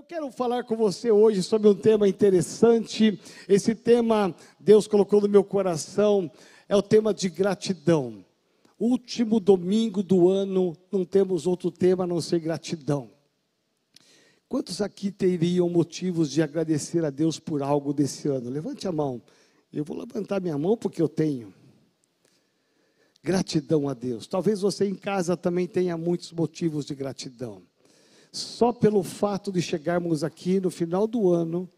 quero falar com você hoje sobre um tema interessante. Esse tema Deus colocou no meu coração, é o tema de gratidão. Último domingo do ano, não temos outro tema a não ser gratidão. Quantos aqui teriam motivos de agradecer a Deus por algo desse ano? Levante a mão. Eu vou levantar minha mão porque eu tenho. Gratidão a Deus. Talvez você em casa também tenha muitos motivos de gratidão. Só pelo fato de chegarmos aqui no final do ano,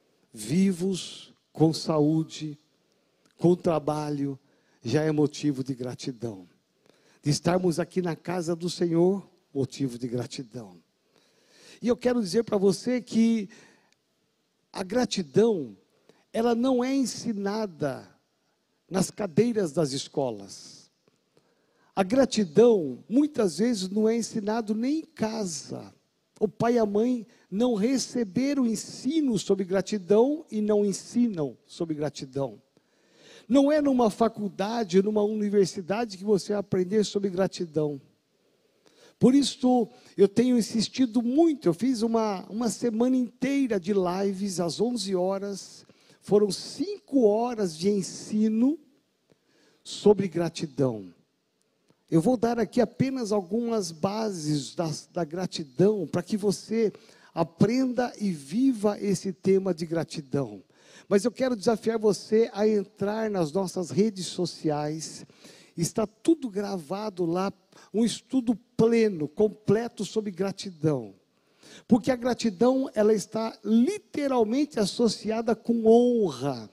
vivos, com saúde, com trabalho, já é motivo de gratidão. De estarmos aqui na casa do Senhor, motivo de gratidão. E eu quero dizer para você que a gratidão, ela não é ensinada nas cadeiras das escolas. A gratidão, muitas vezes, não é ensinado nem em casa. O pai e a mãe não receberam ensino sobre gratidão e não ensinam sobre gratidão. Não é numa faculdade, numa universidade que você vai aprender sobre gratidão. Por isso, eu tenho insistido muito. Eu fiz uma semana inteira de lives às 11 horas. Foram 5 horas de ensino sobre gratidão. Eu vou dar aqui apenas algumas bases da gratidão, para que você aprenda e viva esse tema de gratidão. Mas eu quero desafiar você a entrar nas nossas redes sociais. Está tudo gravado lá, um estudo pleno, completo sobre gratidão. Porque a gratidão, ela está literalmente associada com honra.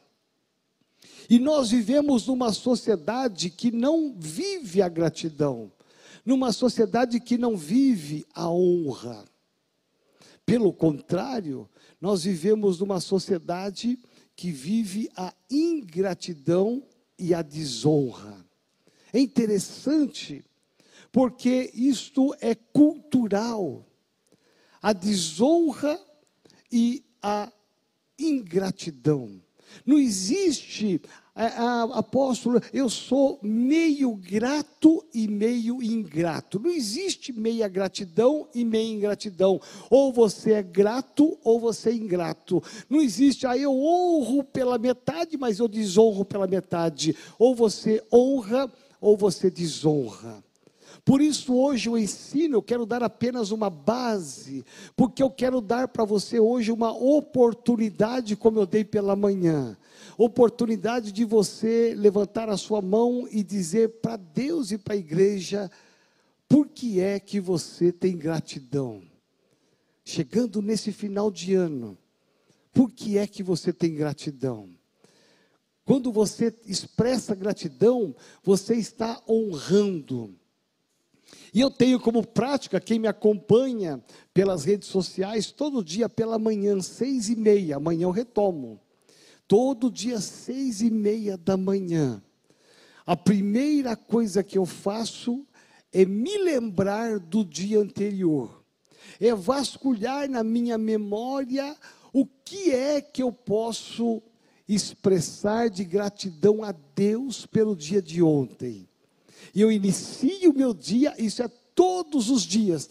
E nós vivemos numa sociedade que não vive a gratidão, numa sociedade que não vive a honra. Pelo contrário, nós vivemos numa sociedade que vive a ingratidão e a desonra. É interessante, porque isto é cultural. A desonra e a ingratidão. Não existe, apóstolo, eu sou meio grato e meio ingrato. Não existe meia gratidão e meia ingratidão. Ou você é grato ou você é ingrato. Não existe, eu honro pela metade, mas eu desonro pela metade. Ou você honra ou você desonra. Por isso hoje o ensino, eu quero dar apenas uma base, porque eu quero dar para você hoje uma oportunidade, como eu dei pela manhã, oportunidade de você levantar a sua mão e dizer para Deus e para a igreja, por que é que você tem gratidão? Chegando nesse final de ano, por que é que você tem gratidão? Quando você expressa gratidão, você está honrando. E eu tenho como prática, quem me acompanha pelas redes sociais, todo dia pela manhã, 6h30, amanhã eu retomo. Todo dia, 6h30 da manhã. A primeira coisa que eu faço é me lembrar do dia anterior. É vasculhar na minha memória o que é que eu posso expressar de gratidão a Deus pelo dia de ontem. E eu inicio o meu dia, isso é todos os dias,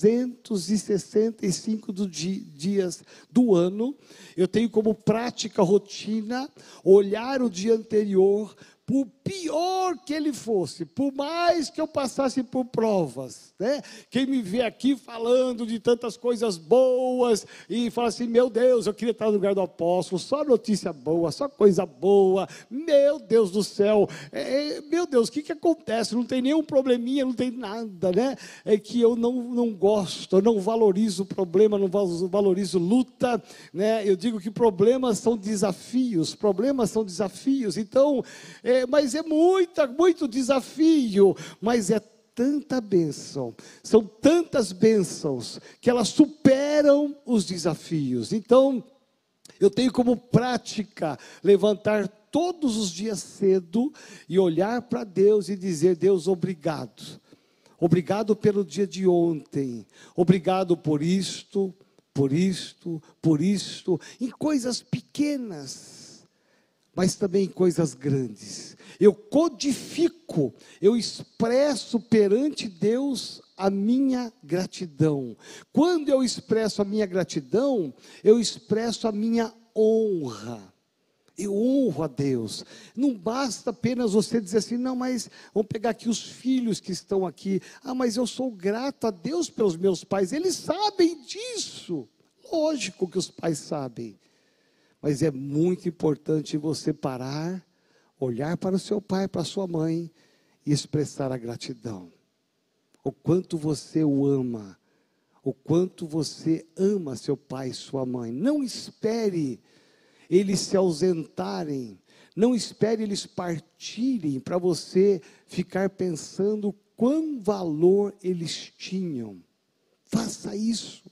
365 dias do ano. Eu tenho como prática, rotina, olhar o dia anterior, por pior que ele fosse, por mais que eu passasse por provas, né? Quem me vê aqui falando de tantas coisas boas, e fala assim, meu Deus, eu queria estar no lugar do apóstolo, só notícia boa, só coisa boa, meu Deus do céu, meu Deus, o que acontece? Não tem nenhum probleminha, não tem nada, né? É que eu não gosto, eu não valorizo o problema, não valorizo luta, né? Eu digo que problemas são desafios, então, mas é muito desafio, mas é tanta bênção, são tantas bênçãos, que elas superam os desafios. Então, eu tenho como prática, levantar todos os dias cedo, e olhar para Deus e dizer, Deus, obrigado. Obrigado pelo dia de ontem, obrigado por isto, em coisas pequenas. mas também coisas grandes. Eu codifico, eu expresso perante Deus a minha gratidão. Quando eu expresso a minha gratidão, eu expresso a minha honra. Eu honro a Deus. Não basta apenas você dizer assim, não, mas vamos pegar aqui os filhos que estão aqui. Ah, mas eu sou grato a Deus pelos meus pais. Eles sabem disso. Lógico que os pais sabem. Mas é muito importante você parar, olhar para o seu pai, para a sua mãe e expressar a gratidão. O quanto você o ama. O quanto você ama seu pai e sua mãe. Não espere eles se ausentarem, não espere eles partirem para você ficar pensando quão valor eles tinham. Faça isso,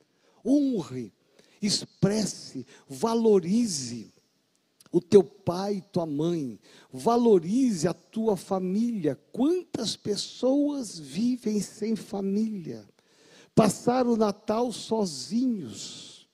honre, expresse, valorize o teu pai e tua mãe, valorize a tua família. Quantas pessoas vivem sem família, passaram o Natal sozinhos,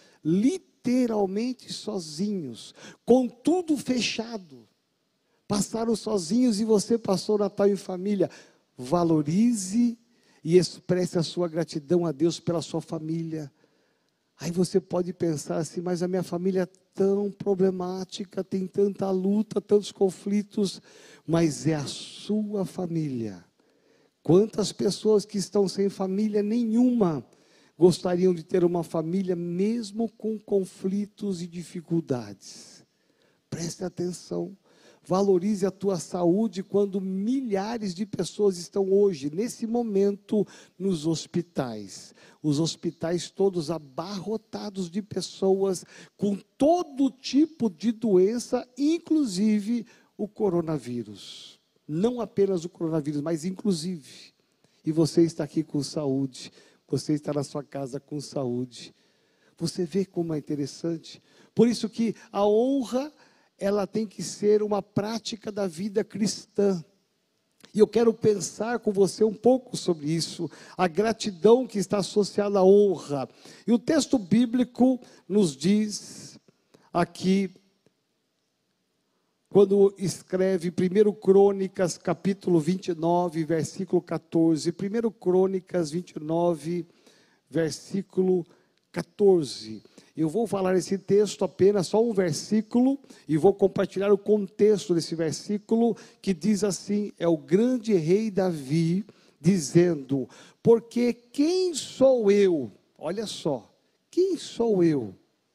literalmente sozinhos, com tudo fechado, passaram sozinhos e você passou o Natal em família. Valorize e expresse a sua gratidão a Deus pela sua família. Aí você pode pensar assim, mas a minha família é tão problemática, tem tanta luta, tantos conflitos, mas é a sua família. Quantas pessoas que estão sem família nenhuma gostariam de ter uma família mesmo com conflitos e dificuldades? Preste atenção, valorize a tua saúde quando milhares de pessoas estão hoje, nesse momento, nos hospitais. Os hospitais todos abarrotados de pessoas com todo tipo de doença, inclusive o coronavírus. Não apenas o coronavírus, mas inclusive. E você está aqui com saúde. Você está na sua casa com saúde. Você vê como é interessante? Por isso que a honra, ela tem que ser uma prática da vida cristã. E eu quero pensar com você um pouco sobre isso. A gratidão que está associada à honra. E o texto bíblico nos diz aqui, quando escreve 1 Crônicas, capítulo 29, versículo 14. 1 Crônicas 29, versículo 14. Eu vou falar esse texto apenas, só um versículo, e vou compartilhar o contexto desse versículo, que diz assim, é o grande rei Davi, dizendo, porque quem sou eu? Olha só, quem sou eu?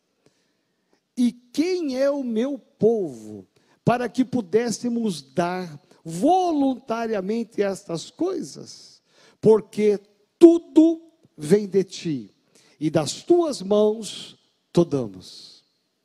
E quem é o meu povo? Para que pudéssemos dar voluntariamente estas coisas, porque tudo vem de ti, e das tuas mãos te damos.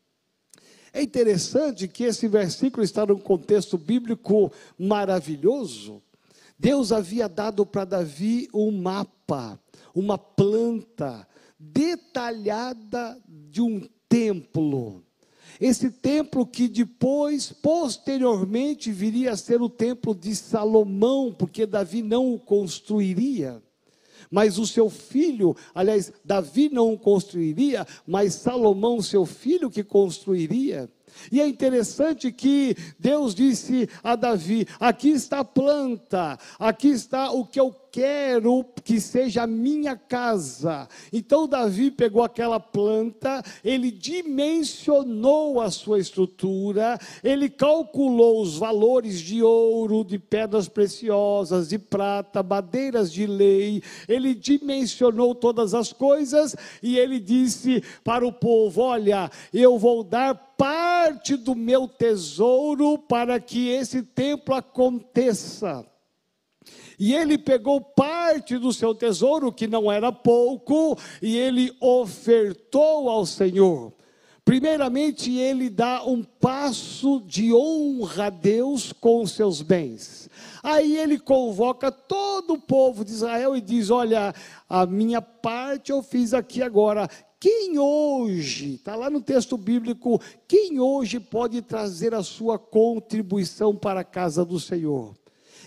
É interessante que esse versículo está num contexto bíblico maravilhoso. Deus havia dado para Davi um mapa, uma planta detalhada de um templo. Esse templo que depois, posteriormente, viria a ser o templo de Salomão, porque Davi não o construiria. Mas o seu filho, aliás, Davi não o construiria, mas Salomão, seu filho, que construiria. E é interessante que Deus disse a Davi, aqui está a planta, aqui está o que eu quero que seja a minha casa. Então Davi pegou aquela planta, ele dimensionou a sua estrutura, ele calculou os valores de ouro, de pedras preciosas, de prata, madeiras de lei, ele dimensionou todas as coisas e ele disse para o povo, olha, eu vou dar parte do meu tesouro para que esse templo aconteça. E ele pegou parte do seu tesouro, que não era pouco, e ele ofertou ao Senhor. Primeiramente, ele dá um passo de honra a Deus com os seus bens. Aí ele convoca todo o povo de Israel e diz, olha, a minha parte eu fiz aqui agora. Quem hoje, está lá no texto bíblico, quem hoje pode trazer a sua contribuição para a casa do Senhor?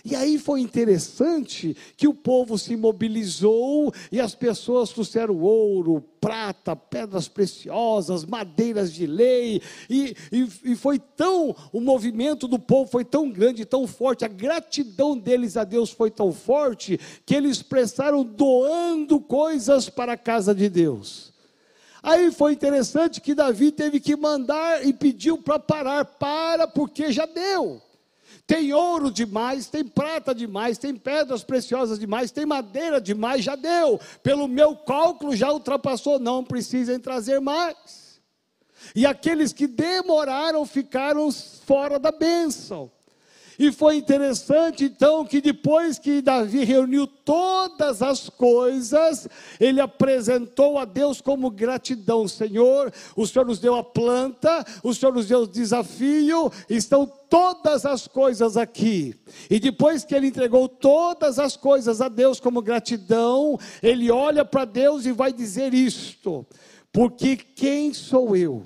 E aí foi interessante que o povo se mobilizou e as pessoas trouxeram ouro, prata, pedras preciosas, madeiras de lei, e foi tão, o movimento do povo foi tão grande, tão forte, a gratidão deles a Deus foi tão forte, que eles expressaram doando coisas para a casa de Deus. Aí foi interessante que Davi teve que mandar e pediu para parar, porque já deu. Tem ouro demais, tem prata demais, tem pedras preciosas demais, tem madeira demais, já deu. Pelo meu cálculo já ultrapassou, não precisem trazer mais. E aqueles que demoraram ficaram fora da bênção. E foi interessante então que depois que Davi reuniu todas as coisas, ele apresentou a Deus como gratidão. Senhor, o Senhor nos deu a planta, o Senhor nos deu o desafio, estão todas as coisas aqui. E depois que ele entregou todas as coisas a Deus como gratidão, ele olha para Deus e vai dizer isto: porque quem sou eu?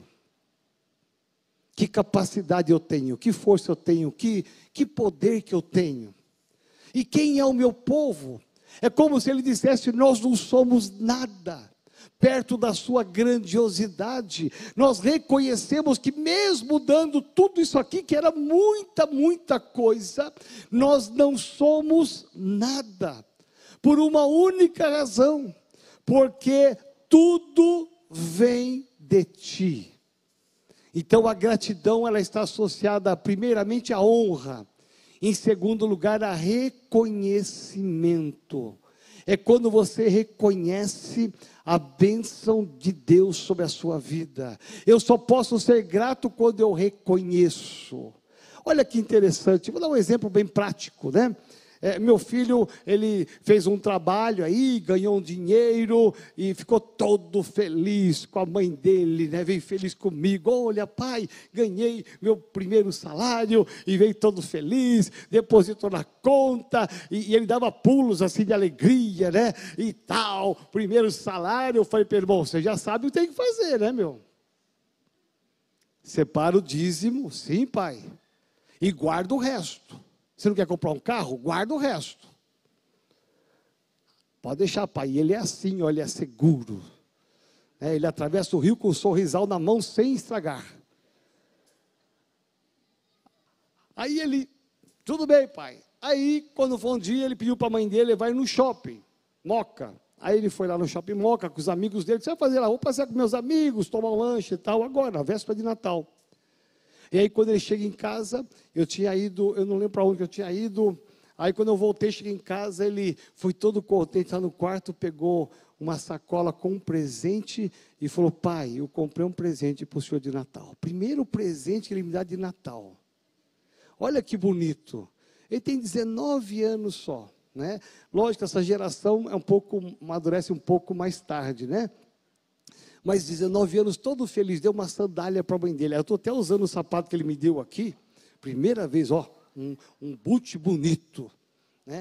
Que capacidade eu tenho, que força eu tenho, que poder que eu tenho. E quem é o meu povo? É como se ele dissesse: nós não somos nada perto da sua grandiosidade. Nós reconhecemos que mesmo dando tudo isso aqui, que era muita coisa, nós não somos nada. Por uma única razão: porque tudo vem de ti. Então a gratidão, ela está associada primeiramente à honra, em segundo lugar a reconhecimento. É quando você reconhece a bênção de Deus sobre a sua vida. Eu só posso ser grato quando eu reconheço. Olha que interessante, vou dar um exemplo bem prático, né? Meu filho, ele fez um trabalho aí, ganhou um dinheiro e ficou todo feliz com a mãe dele, né? Veio feliz comigo: olha pai, ganhei meu primeiro salário, e veio todo feliz, depositou na conta, e ele dava pulos assim de alegria, né? E tal, primeiro salário. Eu falei para ele: irmão, você já sabe o que tem que fazer, né, meu? Separa o dízimo, sim pai, e guarda o resto. Você não quer comprar um carro? Guarda o resto. Pode deixar, pai. Ele é assim, olha, é seguro. Ele atravessa o rio com um sorrisal na mão sem estragar. Aí ele: tudo bem, pai. Aí, quando foi um dia, ele pediu para a mãe dele levar no shopping, Moca. Aí ele foi lá no shopping Moca com os amigos dele. O que você vai fazer lá? Vou passear com meus amigos, tomar um lanche e tal, agora, na véspera de Natal. E aí quando ele chega em casa, eu tinha ido, eu não lembro para onde que eu tinha ido. Aí quando eu voltei, cheguei em casa, ele foi todo contente, lá no quarto, pegou uma sacola com um presente e falou: pai, eu comprei um presente para o senhor de Natal. Primeiro presente que ele me dá de Natal. Olha que bonito. Ele tem 19 anos só, né? Lógico, essa geração amadurece um pouco mais tarde, né? Mas 19 anos, todo feliz, deu uma sandália para a mãe dele. Eu estou até usando o sapato que ele me deu aqui, primeira vez, um boot bonito, né?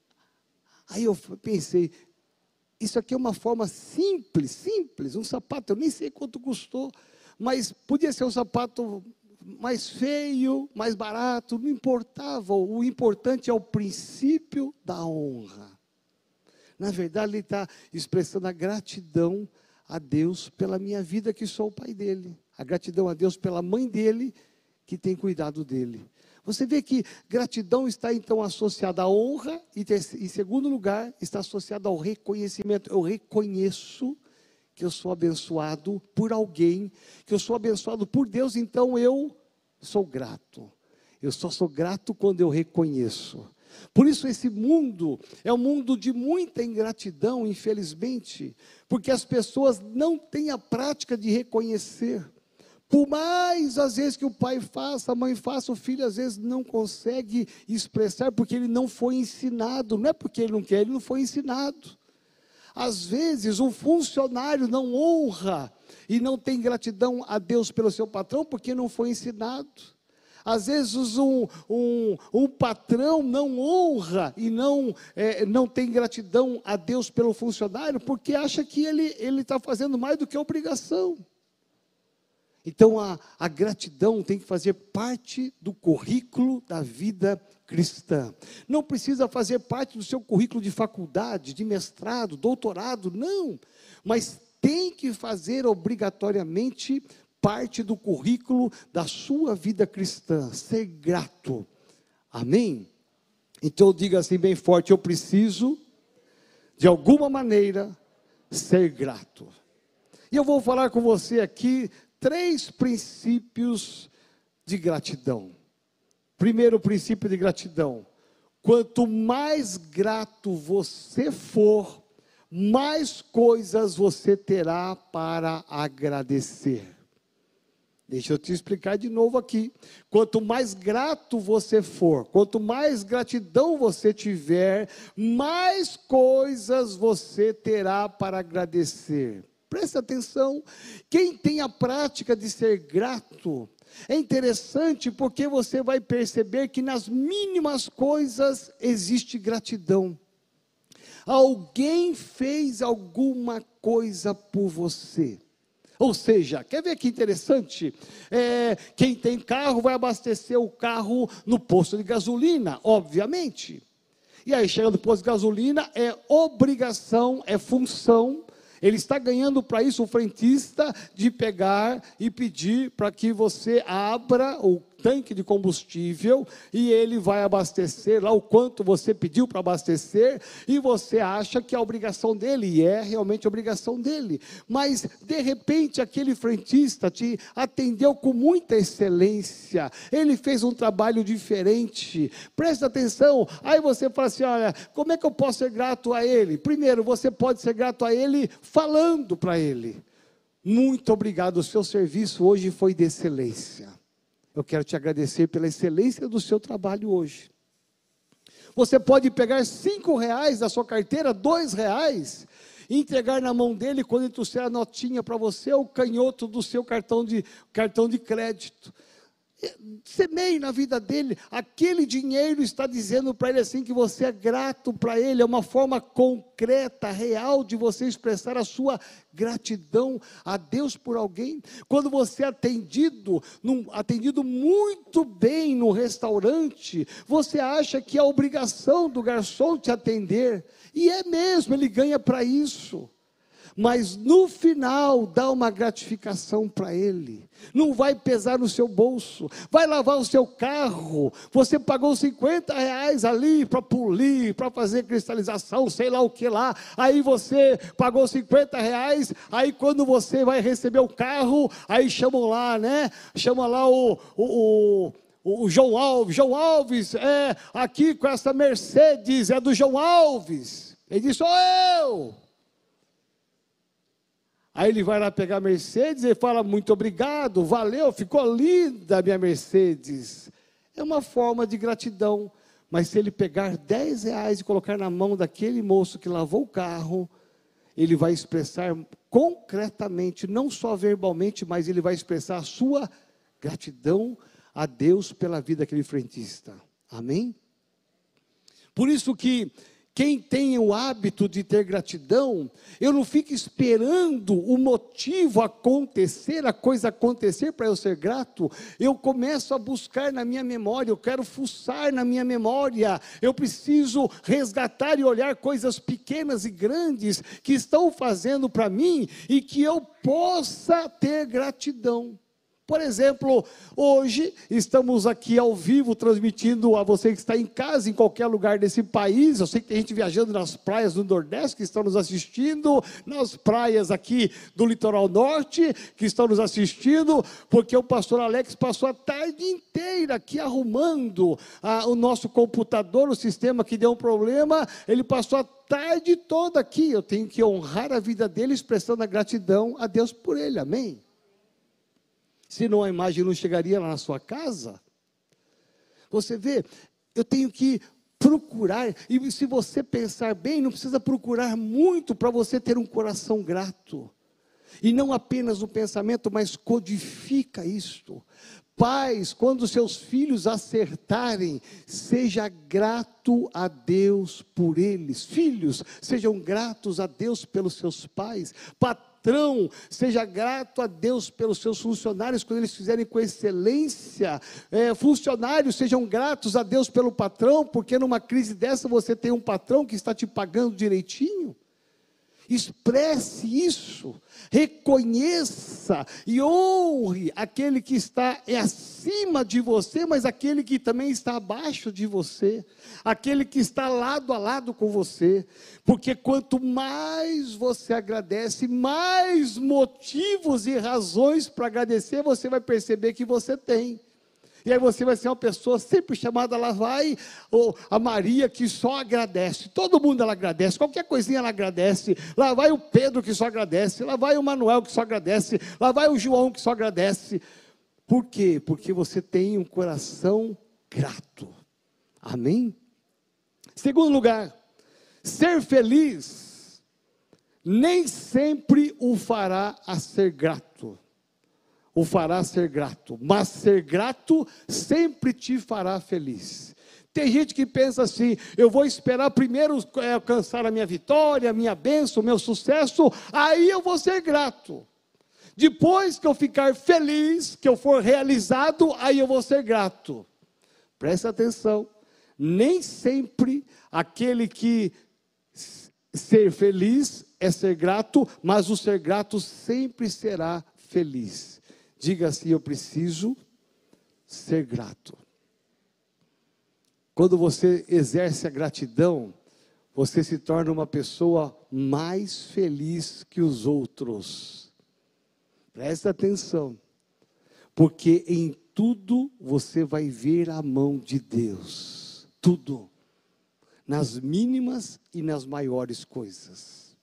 Aí eu pensei, isso aqui é uma forma simples, um sapato, eu nem sei quanto custou, mas podia ser um sapato mais feio, mais barato, não importava, o importante é o princípio da honra. Na verdade, ele está expressando a gratidão a Deus pela minha vida, que sou o pai dele. A gratidão a Deus pela mãe dele, que tem cuidado dele. Você vê que gratidão está então associada à honra, e em segundo lugar, está associada ao reconhecimento. Eu reconheço que eu sou abençoado por alguém, que eu sou abençoado por Deus, então eu sou grato. Eu só sou grato quando eu reconheço. Por isso esse mundo é um mundo de muita ingratidão, infelizmente, porque as pessoas não têm a prática de reconhecer. Por mais às vezes que o pai faça, a mãe faça, o filho às vezes não consegue expressar, porque ele não foi ensinado. Não é porque ele não quer, ele não foi ensinado. Às vezes um funcionário não honra e não tem gratidão a Deus pelo seu patrão, porque não foi ensinado. Às vezes um patrão não honra e não tem gratidão a Deus pelo funcionário, porque acha que ele está fazendo mais do que obrigação. Então, a gratidão tem que fazer parte do currículo da vida cristã. Não precisa fazer parte do seu currículo de faculdade, de mestrado, doutorado, não. Mas tem que fazer obrigatoriamente parte do currículo da sua vida cristã, ser grato. Amém? Então, diga assim bem forte: eu preciso, de alguma maneira, ser grato. E eu vou falar com você aqui 3 princípios de gratidão. Primeiro princípio de gratidão: quanto mais grato você for, mais coisas você terá para agradecer. Deixa eu te explicar de novo aqui. Quanto mais grato você for, quanto mais gratidão você tiver, mais coisas você terá para agradecer. Presta atenção, quem tem a prática de ser grato, é interessante porque você vai perceber que nas mínimas coisas existe gratidão. Alguém fez alguma coisa por você. Ou seja, quer ver que interessante? Quem tem carro vai abastecer o carro no posto de gasolina, obviamente. E aí chega no posto de gasolina, é obrigação, é função. Ele está ganhando para isso o frentista de pegar e pedir para que você abra o tanque de combustível e ele vai abastecer lá o quanto você pediu para abastecer e você acha que é a obrigação dele, e é realmente a obrigação dele. Mas, de repente, aquele frentista te atendeu com muita excelência, ele fez um trabalho diferente, presta atenção, aí você fala assim: olha, como é que eu posso ser grato a ele? Primeiro, você pode ser grato a ele falando para ele: muito obrigado, o seu serviço hoje foi de excelência. Eu quero te agradecer pela excelência do seu trabalho hoje. Você pode pegar R$5 da sua carteira, R$2, e entregar na mão dele quando ele trouxer a notinha para você, o canhoto do seu cartão de crédito. Semeie na vida dele, aquele dinheiro está dizendo para ele assim que você é grato para ele, é uma forma concreta, real de você expressar a sua gratidão a Deus por alguém. Quando você é atendido muito bem no restaurante, você acha que é a obrigação do garçom te atender, e é mesmo, ele ganha para isso. Mas no final dá uma gratificação para ele, não vai pesar no seu bolso. Vai lavar o seu carro, você pagou R$50 ali para polir, para fazer cristalização, sei lá o que lá, aí você pagou R$50, aí quando você vai receber o carro, aí chamam lá, né, chama lá o João Alves, aqui com essa Mercedes, é do João Alves. Ele diz: sou eu. Aí ele vai lá pegar a Mercedes e fala: muito obrigado, valeu, ficou linda a minha Mercedes. É uma forma de gratidão. Mas se ele pegar R$10 e colocar na mão daquele moço que lavou o carro, ele vai expressar concretamente, não só verbalmente, mas ele vai expressar a sua gratidão a Deus pela vida daquele frentista. Amém? Por isso que quem tem o hábito de ter gratidão, eu não fico esperando o motivo acontecer, a coisa acontecer para eu ser grato. Eu começo a buscar na minha memória, eu quero fuçar na minha memória, eu preciso resgatar e olhar coisas pequenas e grandes que estão fazendo para mim e que eu possa ter gratidão. Por exemplo, hoje estamos aqui ao vivo transmitindo a você que está em casa, em qualquer lugar desse país. Eu sei que tem gente viajando nas praias do Nordeste que estão nos assistindo, nas praias aqui do litoral norte que estão nos assistindo, porque o pastor Alex passou a tarde inteira aqui arrumando o nosso computador, o sistema que deu um problema. Ele passou a tarde toda aqui. Eu tenho que honrar a vida dele, expressando a gratidão a Deus por ele. Amém? Senão a imagem não chegaria lá na sua casa. Você vê, eu tenho que procurar, e se você pensar bem, não precisa procurar muito para você ter um coração grato. E não apenas no pensamento, mas codifica isto. Pais, quando seus filhos acertarem, seja grato a Deus por eles. Filhos, sejam gratos a Deus pelos seus pais. Patrões, patrão, seja grato a Deus pelos seus funcionários, quando eles fizerem com excelência. Funcionários, sejam gratos a Deus pelo patrão, porque numa crise dessa você tem um patrão que está te pagando direitinho. Expresse isso, reconheça e honre aquele que está acima de você, mas aquele que também está abaixo de você, aquele que está lado a lado com você, porque quanto mais você agradece, mais motivos e razões para agradecer você vai perceber que você tem. E aí você vai ser uma pessoa sempre chamada, lá vai a Maria que só agradece, todo mundo ela agradece, qualquer coisinha ela agradece, lá vai o Pedro que só agradece, lá vai o Manuel que só agradece, lá vai o João que só agradece. Por quê? Porque você tem um coração grato. Amém? Segundo lugar, ser feliz nem sempre o fará a ser grato. O fará ser grato, mas ser grato sempre te fará feliz. Tem gente que pensa assim, eu vou esperar primeiro alcançar a minha vitória, a minha bênção, o meu sucesso, aí eu vou ser grato. Depois que eu ficar feliz, que eu for realizado, aí eu vou ser grato. Presta atenção, nem sempre aquele que ser feliz é ser grato, mas o ser grato sempre será feliz. Diga assim, eu preciso ser grato. Quando você exerce a gratidão, você se torna uma pessoa mais feliz que os outros. Presta atenção, porque em tudo você vai ver a mão de Deus. Tudo. Nas mínimas e nas maiores coisas.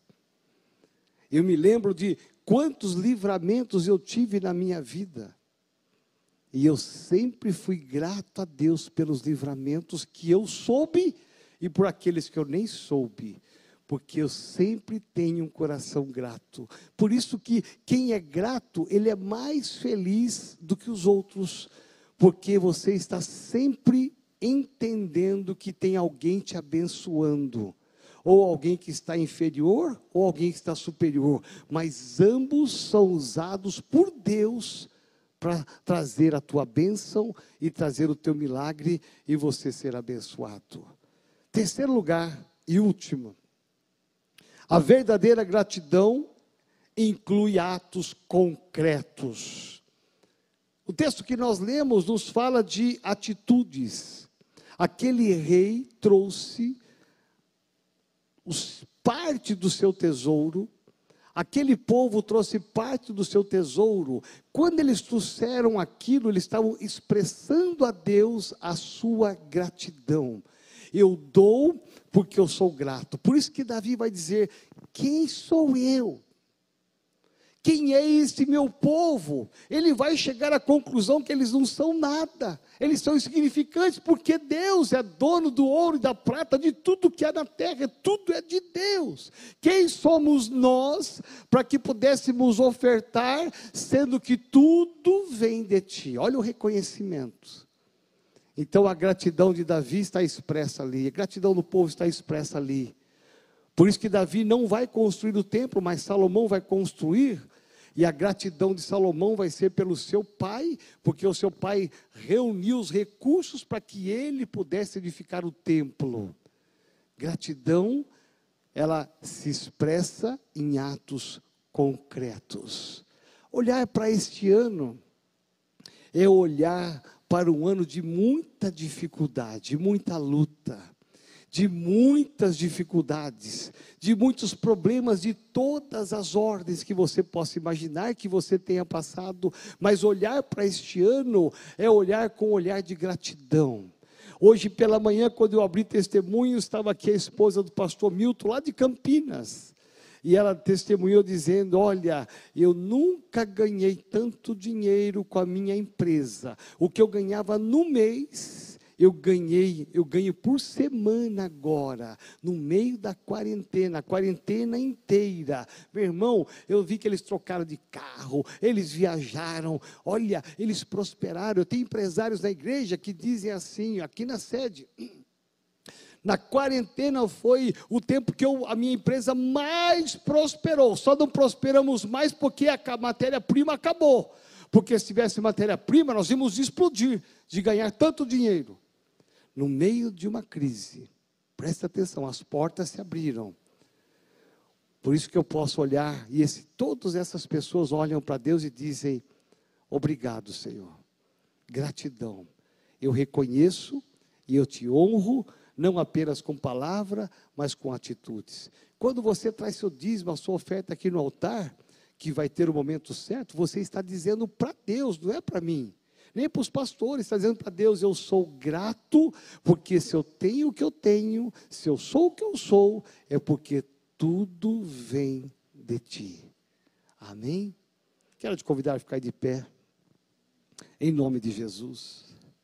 Eu me lembro de quantos livramentos eu tive na minha vida. E eu sempre fui grato a Deus pelos livramentos que eu soube e por aqueles que eu nem soube. Porque eu sempre tenho um coração grato. Por isso que quem é grato, ele é mais feliz do que os outros. Porque você está sempre entendendo que tem alguém te abençoando. Ou alguém que está inferior, ou alguém que está superior. Mas ambos são usados por Deus para trazer a tua bênção e trazer o teu milagre e você ser abençoado. Terceiro lugar e último. A verdadeira gratidão inclui atos concretos. O texto que nós lemos nos fala de atitudes. Aquele rei trouxe parte do seu tesouro, aquele povo trouxe parte do seu tesouro. Quando eles trouxeram aquilo, eles estavam expressando a Deus a sua gratidão. Eu dou porque eu sou grato. Por isso que Davi vai dizer, quem sou eu? Quem é esse meu povo? Ele vai chegar à conclusão que eles não são nada. Eles são insignificantes, porque Deus é dono do ouro e da prata, de tudo que há na terra, tudo é de Deus. Quem somos nós para que pudéssemos ofertar, sendo que tudo vem de ti? Olha o reconhecimento. Então a gratidão de Davi está expressa ali, a gratidão do povo está expressa ali. Por isso que Davi não vai construir o templo, mas Salomão vai construir. E a gratidão de Salomão vai ser pelo seu pai, porque o seu pai reuniu os recursos para que ele pudesse edificar o templo. Gratidão, ela se expressa em atos concretos. Olhar para este ano é olhar para um ano de muita dificuldade, muita luta, de muitas dificuldades, de muitos problemas de todas as ordens que você possa imaginar que você tenha passado, mas olhar para este ano é olhar com um olhar de gratidão. Hoje pela manhã, quando eu abri testemunho, estava aqui a esposa do pastor Milton, lá de Campinas, e ela testemunhou dizendo, olha, eu nunca ganhei tanto dinheiro com a minha empresa, o que eu ganhava no mês, eu ganho por semana agora, no meio da quarentena, a quarentena inteira. Meu irmão, eu vi que eles trocaram de carro, eles viajaram, olha, eles prosperaram. Eu tenho empresários na igreja que dizem assim, aqui na sede, Na quarentena foi o tempo que a minha empresa mais prosperou. Só não prosperamos mais porque a matéria-prima acabou. Porque se tivesse matéria-prima, nós íamos explodir de ganhar tanto dinheiro. No meio de uma crise, presta atenção, as portas se abriram. Por isso que eu posso olhar, e todas essas pessoas olham para Deus e dizem: obrigado, Senhor, gratidão. Eu reconheço e eu te honro, não apenas com palavra, mas com atitudes. Quando você traz seu dízimo, a sua oferta aqui no altar, que vai ter o momento certo, você está dizendo para Deus, não é para mim, nem para os pastores, está dizendo para Deus: eu sou grato, porque se eu tenho o que eu tenho, se eu sou o que eu sou, é porque tudo vem de ti. Amém? Quero te convidar a ficar de pé, em nome de Jesus.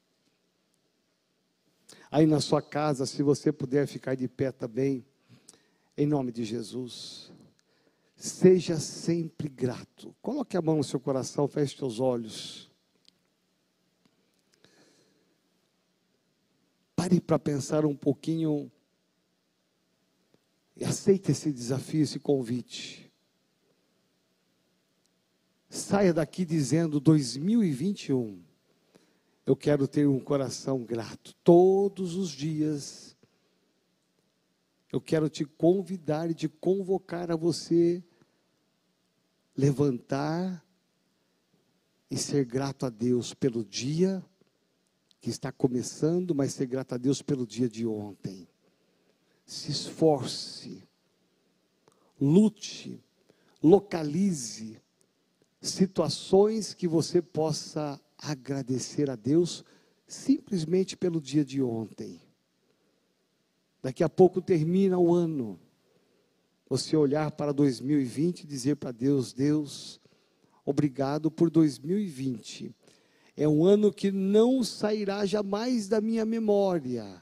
Aí na sua casa, se você puder ficar de pé também, em nome de Jesus. Seja sempre grato. Coloque a mão no seu coração, feche seus olhos. Pare para pensar um pouquinho e aceite esse desafio, esse convite. Saia daqui dizendo: 2021, eu quero ter um coração grato. Todos os dias, eu quero te convidar e te convocar a você levantar e ser grato a Deus pelo dia que está começando, mas ser grato a Deus pelo dia de ontem. Se esforce, lute, localize situações que você possa agradecer a Deus simplesmente pelo dia de ontem. Daqui a pouco termina o ano. Você olhar para 2020 e dizer para Deus: Deus, obrigado por 2020. É um ano que não sairá jamais da minha memória.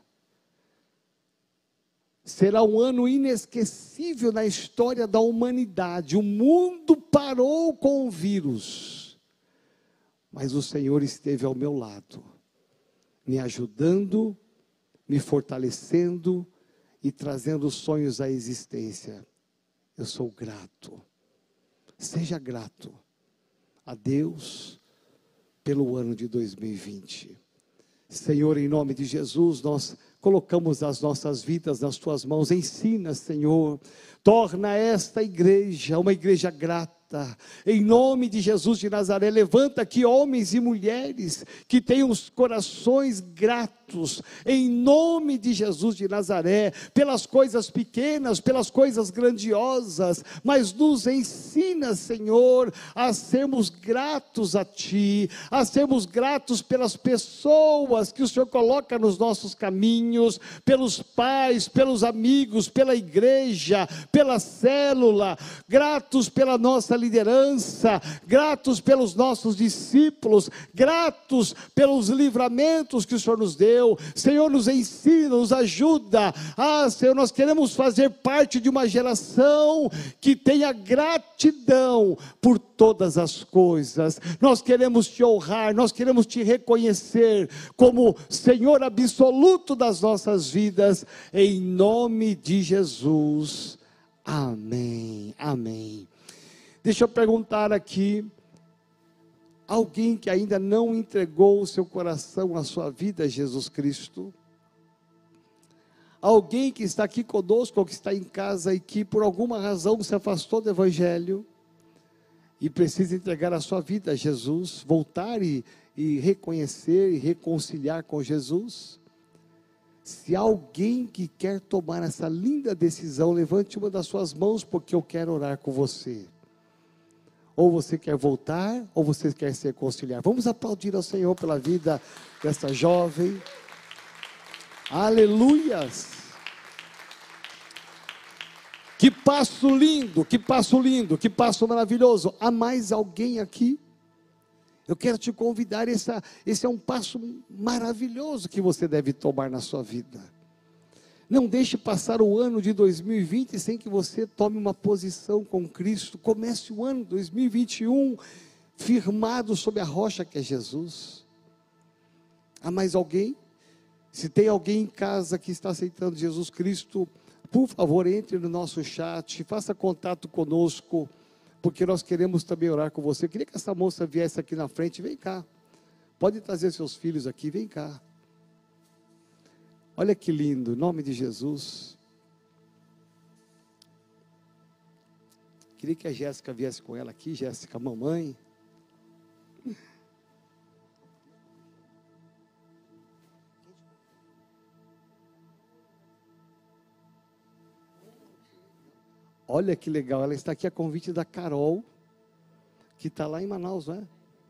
Será um ano inesquecível na história da humanidade. O mundo parou com o vírus, mas o Senhor esteve ao meu lado, me ajudando, me fortalecendo e trazendo sonhos à existência. Eu sou grato. Seja grato a Deus pelo ano de 2020. Senhor, em nome de Jesus, nós colocamos as nossas vidas nas tuas mãos. Ensina, Senhor, torna esta igreja uma igreja grata. Em nome de Jesus de Nazaré, levanta aqui homens e mulheres que tenham os corações gratos, em nome de Jesus de Nazaré, pelas coisas pequenas, pelas coisas grandiosas, mas nos ensina, Senhor, a sermos gratos a Ti, a sermos gratos pelas pessoas que o Senhor coloca nos nossos caminhos, pelos pais, pelos amigos, pela igreja, pela célula, gratos pela nossa liderança, gratos pelos nossos discípulos, gratos pelos livramentos que o Senhor nos deu. Senhor, nos ensina, nos ajuda. Senhor, nós queremos fazer parte de uma geração que tenha gratidão por todas as coisas. Nós queremos te honrar, nós queremos te reconhecer como Senhor absoluto das nossas vidas, em nome de Jesus. Amém, amém. Deixa eu perguntar aqui, alguém que ainda não entregou o seu coração, a sua vida a Jesus Cristo? Alguém que está aqui conosco, ou que está em casa e que por alguma razão se afastou do Evangelho e precisa entregar a sua vida a Jesus, voltar e reconhecer e reconciliar com Jesus? Se há alguém que quer tomar essa linda decisão, levante uma das suas mãos, porque eu quero orar com você. Ou você quer voltar, ou você quer se reconciliar. Vamos aplaudir ao Senhor pela vida dessa jovem. Aleluias! Que passo lindo, que passo lindo, que passo maravilhoso. Há mais alguém aqui? Eu quero te convidar, esse é um passo maravilhoso que você deve tomar na sua vida. Não deixe passar o ano de 2020 sem que você tome uma posição com Cristo. Comece o ano 2021 firmado sobre a rocha que é Jesus. Há mais alguém? Se tem alguém em casa que está aceitando Jesus Cristo, por favor, entre no nosso chat, faça contato conosco, porque nós queremos também orar com você. Eu queria que essa moça viesse aqui na frente. Vem cá. Pode trazer seus filhos aqui, vem cá. Olha que lindo, em nome de Jesus. Queria que a Jéssica viesse com ela aqui, Jéssica, mamãe. Olha que legal, ela está aqui a convite da Carol, que está lá em Manaus, não é?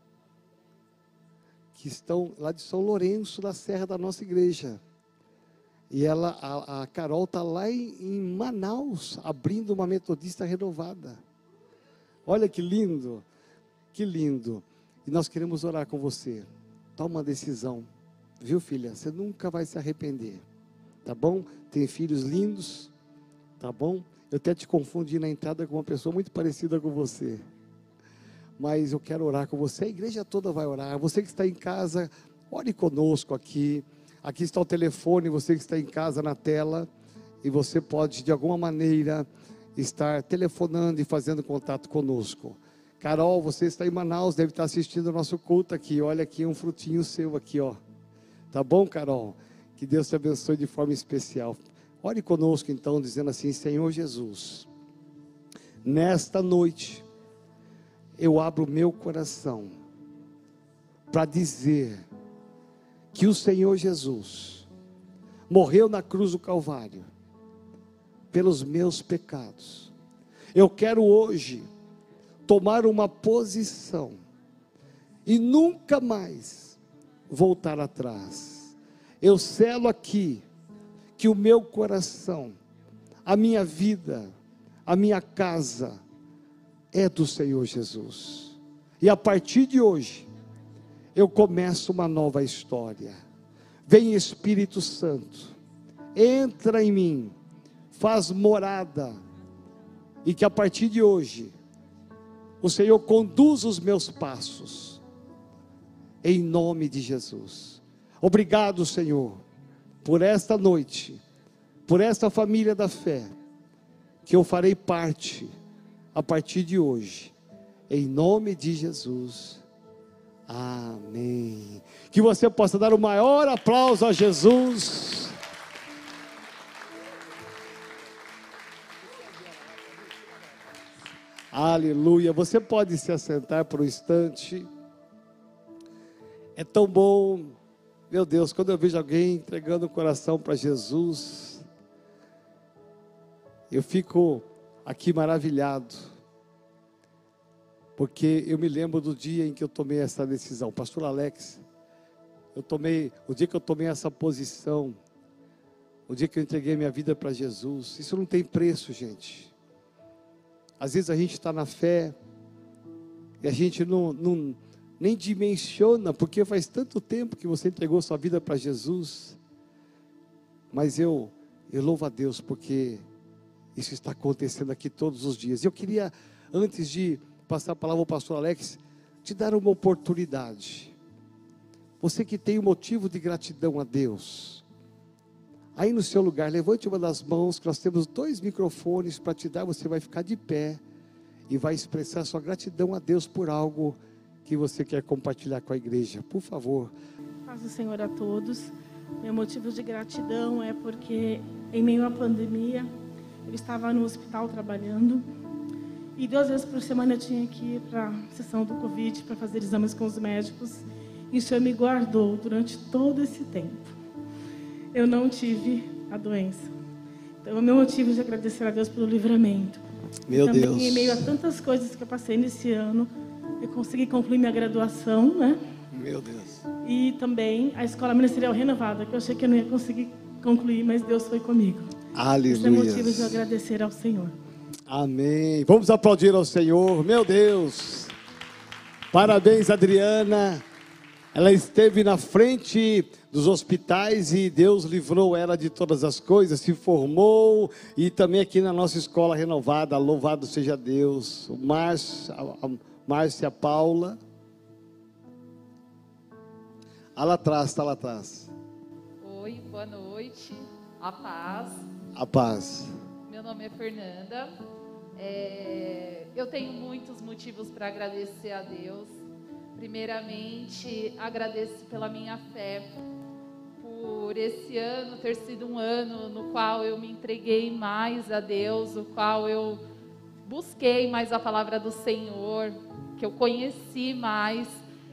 Que estão lá de São Lourenço, da Serra da nossa igreja. E a Carol está lá em Manaus, abrindo uma metodista renovada. Olha que lindo, que lindo. E nós queremos orar com você. Toma uma decisão, viu, filha? Você nunca vai se arrepender, tá bom? Tem filhos lindos, tá bom? Eu até te confundi na entrada com uma pessoa muito parecida com você. Mas eu quero orar com você. A igreja toda vai orar. Você que está em casa, ore conosco aqui. Aqui está o telefone, você que está em casa na tela. E você pode, de alguma maneira, estar telefonando e fazendo contato conosco. Carol, você está em Manaus, deve estar assistindo o nosso culto aqui. Olha aqui um frutinho seu aqui, ó. Tá bom, Carol? Que Deus te abençoe de forma especial. Ore conosco então, dizendo assim: Senhor Jesus, nesta noite, eu abro o meu coração para dizer que o Senhor Jesus morreu na cruz do Calvário pelos meus pecados. Eu quero hoje tomar uma posição e nunca mais voltar atrás. Eu selo aqui que o meu coração, a minha vida, a minha casa é do Senhor Jesus. E a partir de hoje, eu começo uma nova história. Vem Espírito Santo, entra em mim, faz morada, e que a partir de hoje, o Senhor conduza os meus passos, em nome de Jesus. Obrigado, Senhor, por esta noite, por esta família da fé, que eu farei parte, a partir de hoje, em nome de Jesus. Amém. Que você possa dar o maior aplauso a Jesus. Aleluia. Você pode se assentar por um instante. É tão bom, meu Deus, quando eu vejo alguém entregando o coração para Jesus, eu fico aqui maravilhado, porque eu me lembro do dia em que eu tomei essa decisão. Pastor Alex, o dia que eu tomei essa posição, o dia que eu entreguei minha vida para Jesus, isso não tem preço, gente. Às vezes a gente está na fé e a gente nem dimensiona, porque faz tanto tempo que você entregou sua vida para Jesus. Mas eu louvo a Deus, porque isso está acontecendo aqui todos os dias. Eu queria, antes de passar a palavra ao pastor Alex, te dar uma oportunidade. Você que tem um motivo de gratidão a Deus, aí no seu lugar, levante uma das mãos, que nós temos 2 microfones para te dar. Você vai ficar de pé e vai expressar sua gratidão a Deus por algo que você quer compartilhar com a igreja. Por favor. Paz do Senhor a todos. Meu motivo de gratidão é porque, em meio à pandemia, eu estava no hospital trabalhando, e 2 vezes por semana eu tinha que ir para a sessão do Covid para fazer exames com os médicos. E o Senhor me guardou durante todo esse tempo. Eu não tive a doença. Então, o meu motivo de agradecer a Deus pelo livramento. Meu também, Deus. em meio a tantas coisas que eu passei nesse ano, eu consegui concluir minha graduação, né? Meu Deus. E também a escola ministerial renovada, que eu achei que eu não ia conseguir concluir, mas Deus foi comigo. Aleluia. Esse é o motivo de eu agradecer ao Senhor. Amém. Vamos aplaudir ao Senhor. Meu Deus. Parabéns, Adriana. Ela esteve na frente dos hospitais e Deus livrou ela de todas as coisas, se formou, e também aqui na nossa escola renovada. Louvado seja Deus. Márcia Paula. Lá atrás, está lá atrás. Oi, boa noite. A paz. A paz. Meu nome é Fernanda. Eu tenho muitos motivos para agradecer a Deus. Primeiramente, agradeço pela minha fé, por esse ano ter sido um ano no qual eu me entreguei mais a Deus, no qual eu busquei mais a palavra do Senhor, que eu conheci mais.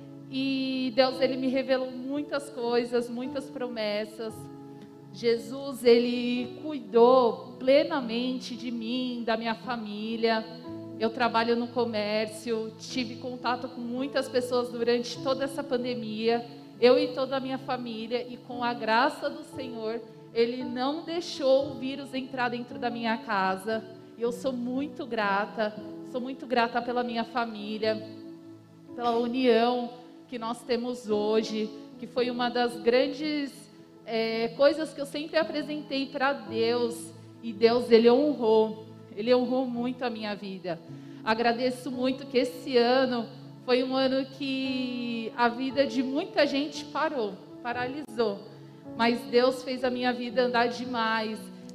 E Deus, Ele me revelou muitas coisas, muitas promessas. Jesus, Ele cuidou plenamente de mim, da minha família. Eu trabalho no comércio, tive contato com muitas pessoas durante toda essa pandemia, eu e toda a minha família, e com a graça do Senhor, Ele não deixou o vírus entrar dentro da minha casa. E eu sou muito grata pela minha família, pela união que nós temos hoje, que foi uma das grandes coisas que eu sempre apresentei para Deus, e Deus, Ele honrou muito a minha vida. Agradeço muito que esse ano foi um ano que a vida de muita gente paralisou, mas Deus fez a minha vida andar demais.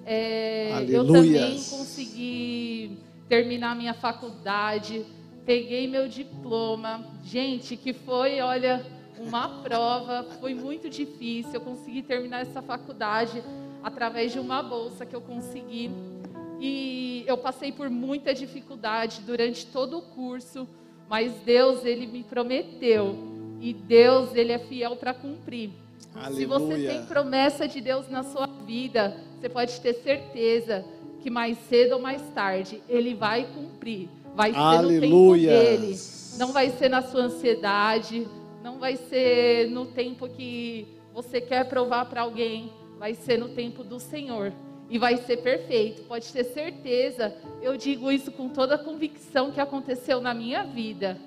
Eu também consegui terminar minha faculdade, peguei meu diploma, gente, que foi, olha, uma prova, foi muito difícil. Eu consegui terminar essa faculdade através de uma bolsa que eu consegui. E eu passei por muita dificuldade durante todo o curso, mas Deus, Ele me prometeu, e Deus, Ele é fiel para cumprir. Aleluia. Se você tem promessa de Deus na sua vida, você pode ter certeza que mais cedo ou mais tarde Ele vai cumprir. Vai ser no tempo dele, não vai ser na sua ansiedade, não vai ser no tempo que você quer provar para alguém, vai ser no tempo do Senhor. E vai ser perfeito, pode ter certeza. Eu digo isso com toda a convicção que aconteceu na minha vida.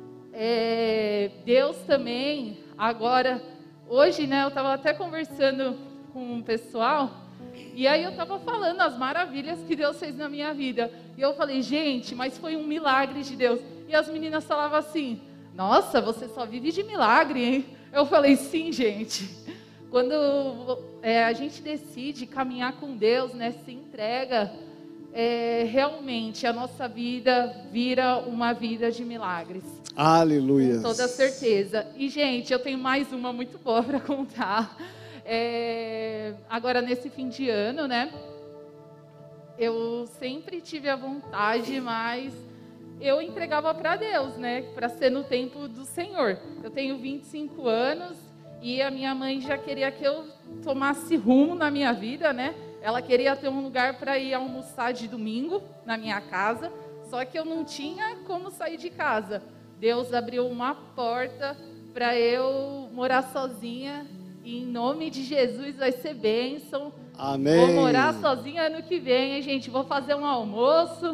Deus também, agora, hoje, né, eu estava até conversando com um pessoal, e aí eu estava falando as maravilhas que Deus fez na minha vida. E eu falei, gente, mas foi um milagre de Deus. E as meninas falavam assim, nossa, você só vive de milagre, hein? Eu falei, sim, gente. Quando a gente decide caminhar com Deus, né, se entrega, realmente a nossa vida vira uma vida de milagres. Aleluia. Com toda certeza. E, gente, eu tenho mais uma muito boa para contar. Agora, nesse fim de ano, né, eu sempre tive a vontade, mas eu entregava para Deus, né, para ser no tempo do Senhor. Eu tenho 25 anos. E a minha mãe já queria que eu tomasse rumo na minha vida, né? Ela queria ter um lugar para ir almoçar de domingo na minha casa, só que eu não tinha como sair de casa. Deus abriu uma porta para eu morar sozinha, e em nome de Jesus vai ser bênção. Amém. Vou morar sozinha ano que vem, hein, gente? Vou fazer um almoço.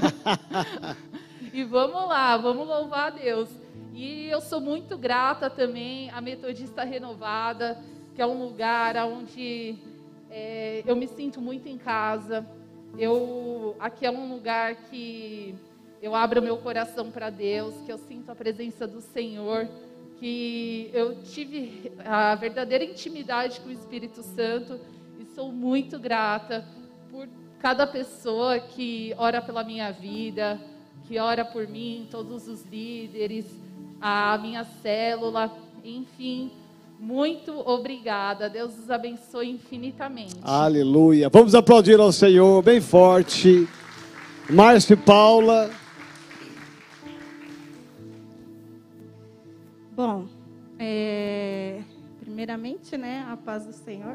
E vamos lá, vamos louvar a Deus. E eu sou muito grata também à Metodista Renovada, que é um lugar onde eu me sinto muito em casa. Aqui é um lugar que eu abro meu coração para Deus, que eu sinto a presença do Senhor, que eu tive a verdadeira intimidade com o Espírito Santo, e sou muito grata por cada pessoa que ora pela minha vida, que ora por mim, todos os líderes, a minha célula, enfim, muito obrigada. Deus os abençoe infinitamente. Aleluia. Vamos aplaudir ao Senhor bem forte. Márcio e Paula. Bom, primeiramente, né, a paz do Senhor.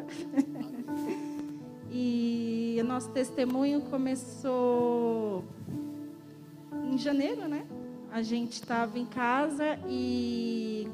E o nosso testemunho começou em janeiro, né? A gente estava em casa e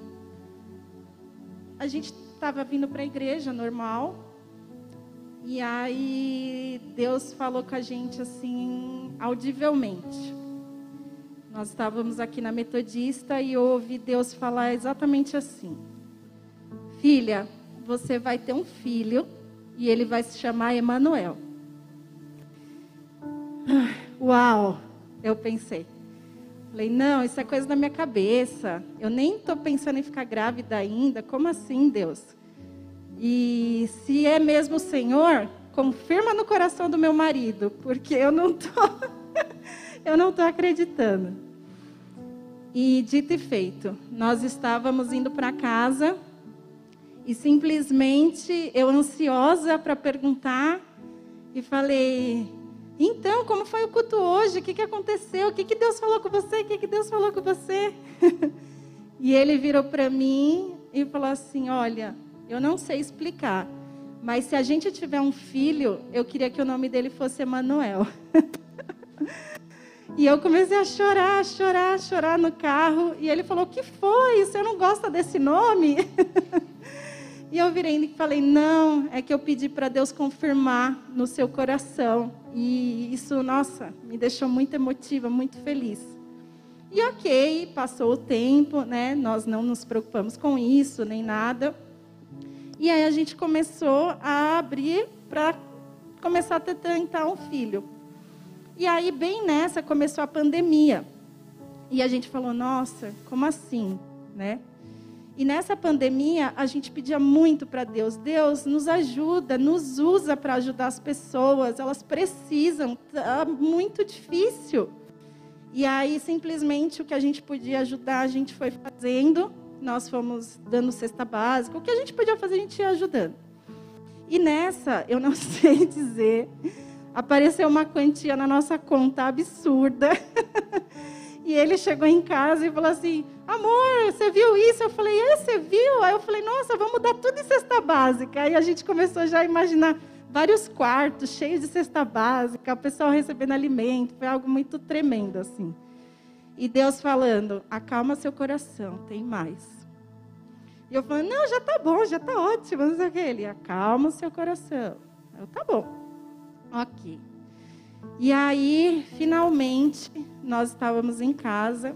a gente estava vindo para a igreja normal. E aí Deus falou com a gente assim, audivelmente. Nós estávamos aqui na Metodista e eu ouvi Deus falar exatamente assim: filha, você vai ter um filho e ele vai se chamar Emanuel. Uau! Eu pensei. Falei, não, isso é coisa da minha cabeça. Eu nem estou pensando em ficar grávida ainda. Como assim, Deus? E se é mesmo o Senhor, confirma no coração do meu marido, porque eu não tô acreditando. E dito e feito, nós estávamos indo para casa e simplesmente eu ansiosa para perguntar e falei: então, como foi o culto hoje? O que aconteceu? O que Deus falou com você? O que Deus falou com você? E ele virou para mim e falou assim: olha, eu não sei explicar, mas se a gente tiver um filho, eu queria que o nome dele fosse Emanuel. E eu comecei a chorar no carro. E ele falou: o que foi? Você não gosta desse nome? E eu virei e falei: não, é que eu pedi para Deus confirmar no seu coração. E isso, nossa, me deixou muito emotiva, muito feliz. E ok, passou o tempo, né? Nós não nos preocupamos com isso, nem nada. E aí a gente começou a abrir para começar a tentar um filho. E aí, bem nessa, começou a pandemia. E a gente falou: nossa, como assim, né? E nessa pandemia, a gente pedia muito para Deus: Deus, nos ajuda, nos usa para ajudar as pessoas, elas precisam, tá muito difícil. E aí, simplesmente, o que a gente podia ajudar, a gente foi fazendo. Nós fomos dando cesta básica, o que a gente podia fazer, a gente ia ajudando. E nessa, eu não sei dizer, apareceu uma quantia na nossa conta absurda. E ele chegou em casa e falou assim: amor, você viu isso? Eu falei: você viu? Aí eu falei: nossa, vamos dar tudo em cesta básica. Aí a gente começou já a imaginar vários quartos cheios de cesta básica, o pessoal recebendo alimento. Foi algo muito tremendo, assim. E Deus falando: acalma seu coração, tem mais. E eu falando: não, já tá bom, já tá ótimo. Não sei o que. Ele: acalma o seu coração. Eu: tá bom. Ok. E aí, finalmente, nós estávamos em casa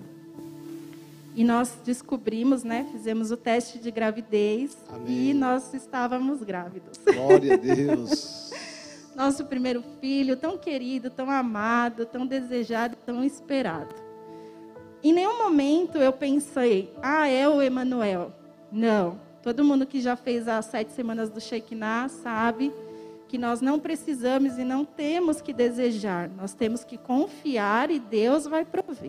e nós descobrimos, né? Fizemos o teste de gravidez. Amém. E nós estávamos grávidos. Glória a Deus. Nosso primeiro filho, tão querido, tão amado, tão desejado, tão esperado. Em nenhum momento eu pensei: é o Emanuel. Não. Todo mundo que já fez as 7 semanas do Shekinah sabe que nós não precisamos e não temos que desejar. Nós temos que confiar e Deus vai prover.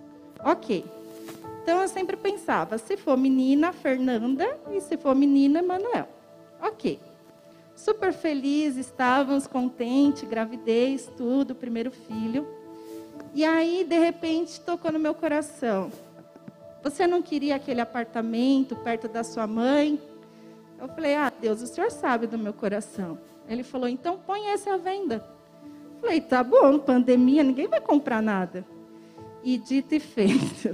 Ok. Então, eu sempre pensava: se for menina, Fernanda, e se for menino, Emanuel. Ok. Super feliz, estávamos contentes, gravidez, tudo, primeiro filho. E aí, de repente, tocou no meu coração: você não queria aquele apartamento perto da sua mãe? Eu falei: Deus, o Senhor sabe do meu coração. Ele falou: então põe esse à venda. Eu falei: tá bom, pandemia, ninguém vai comprar nada. E dito e feito,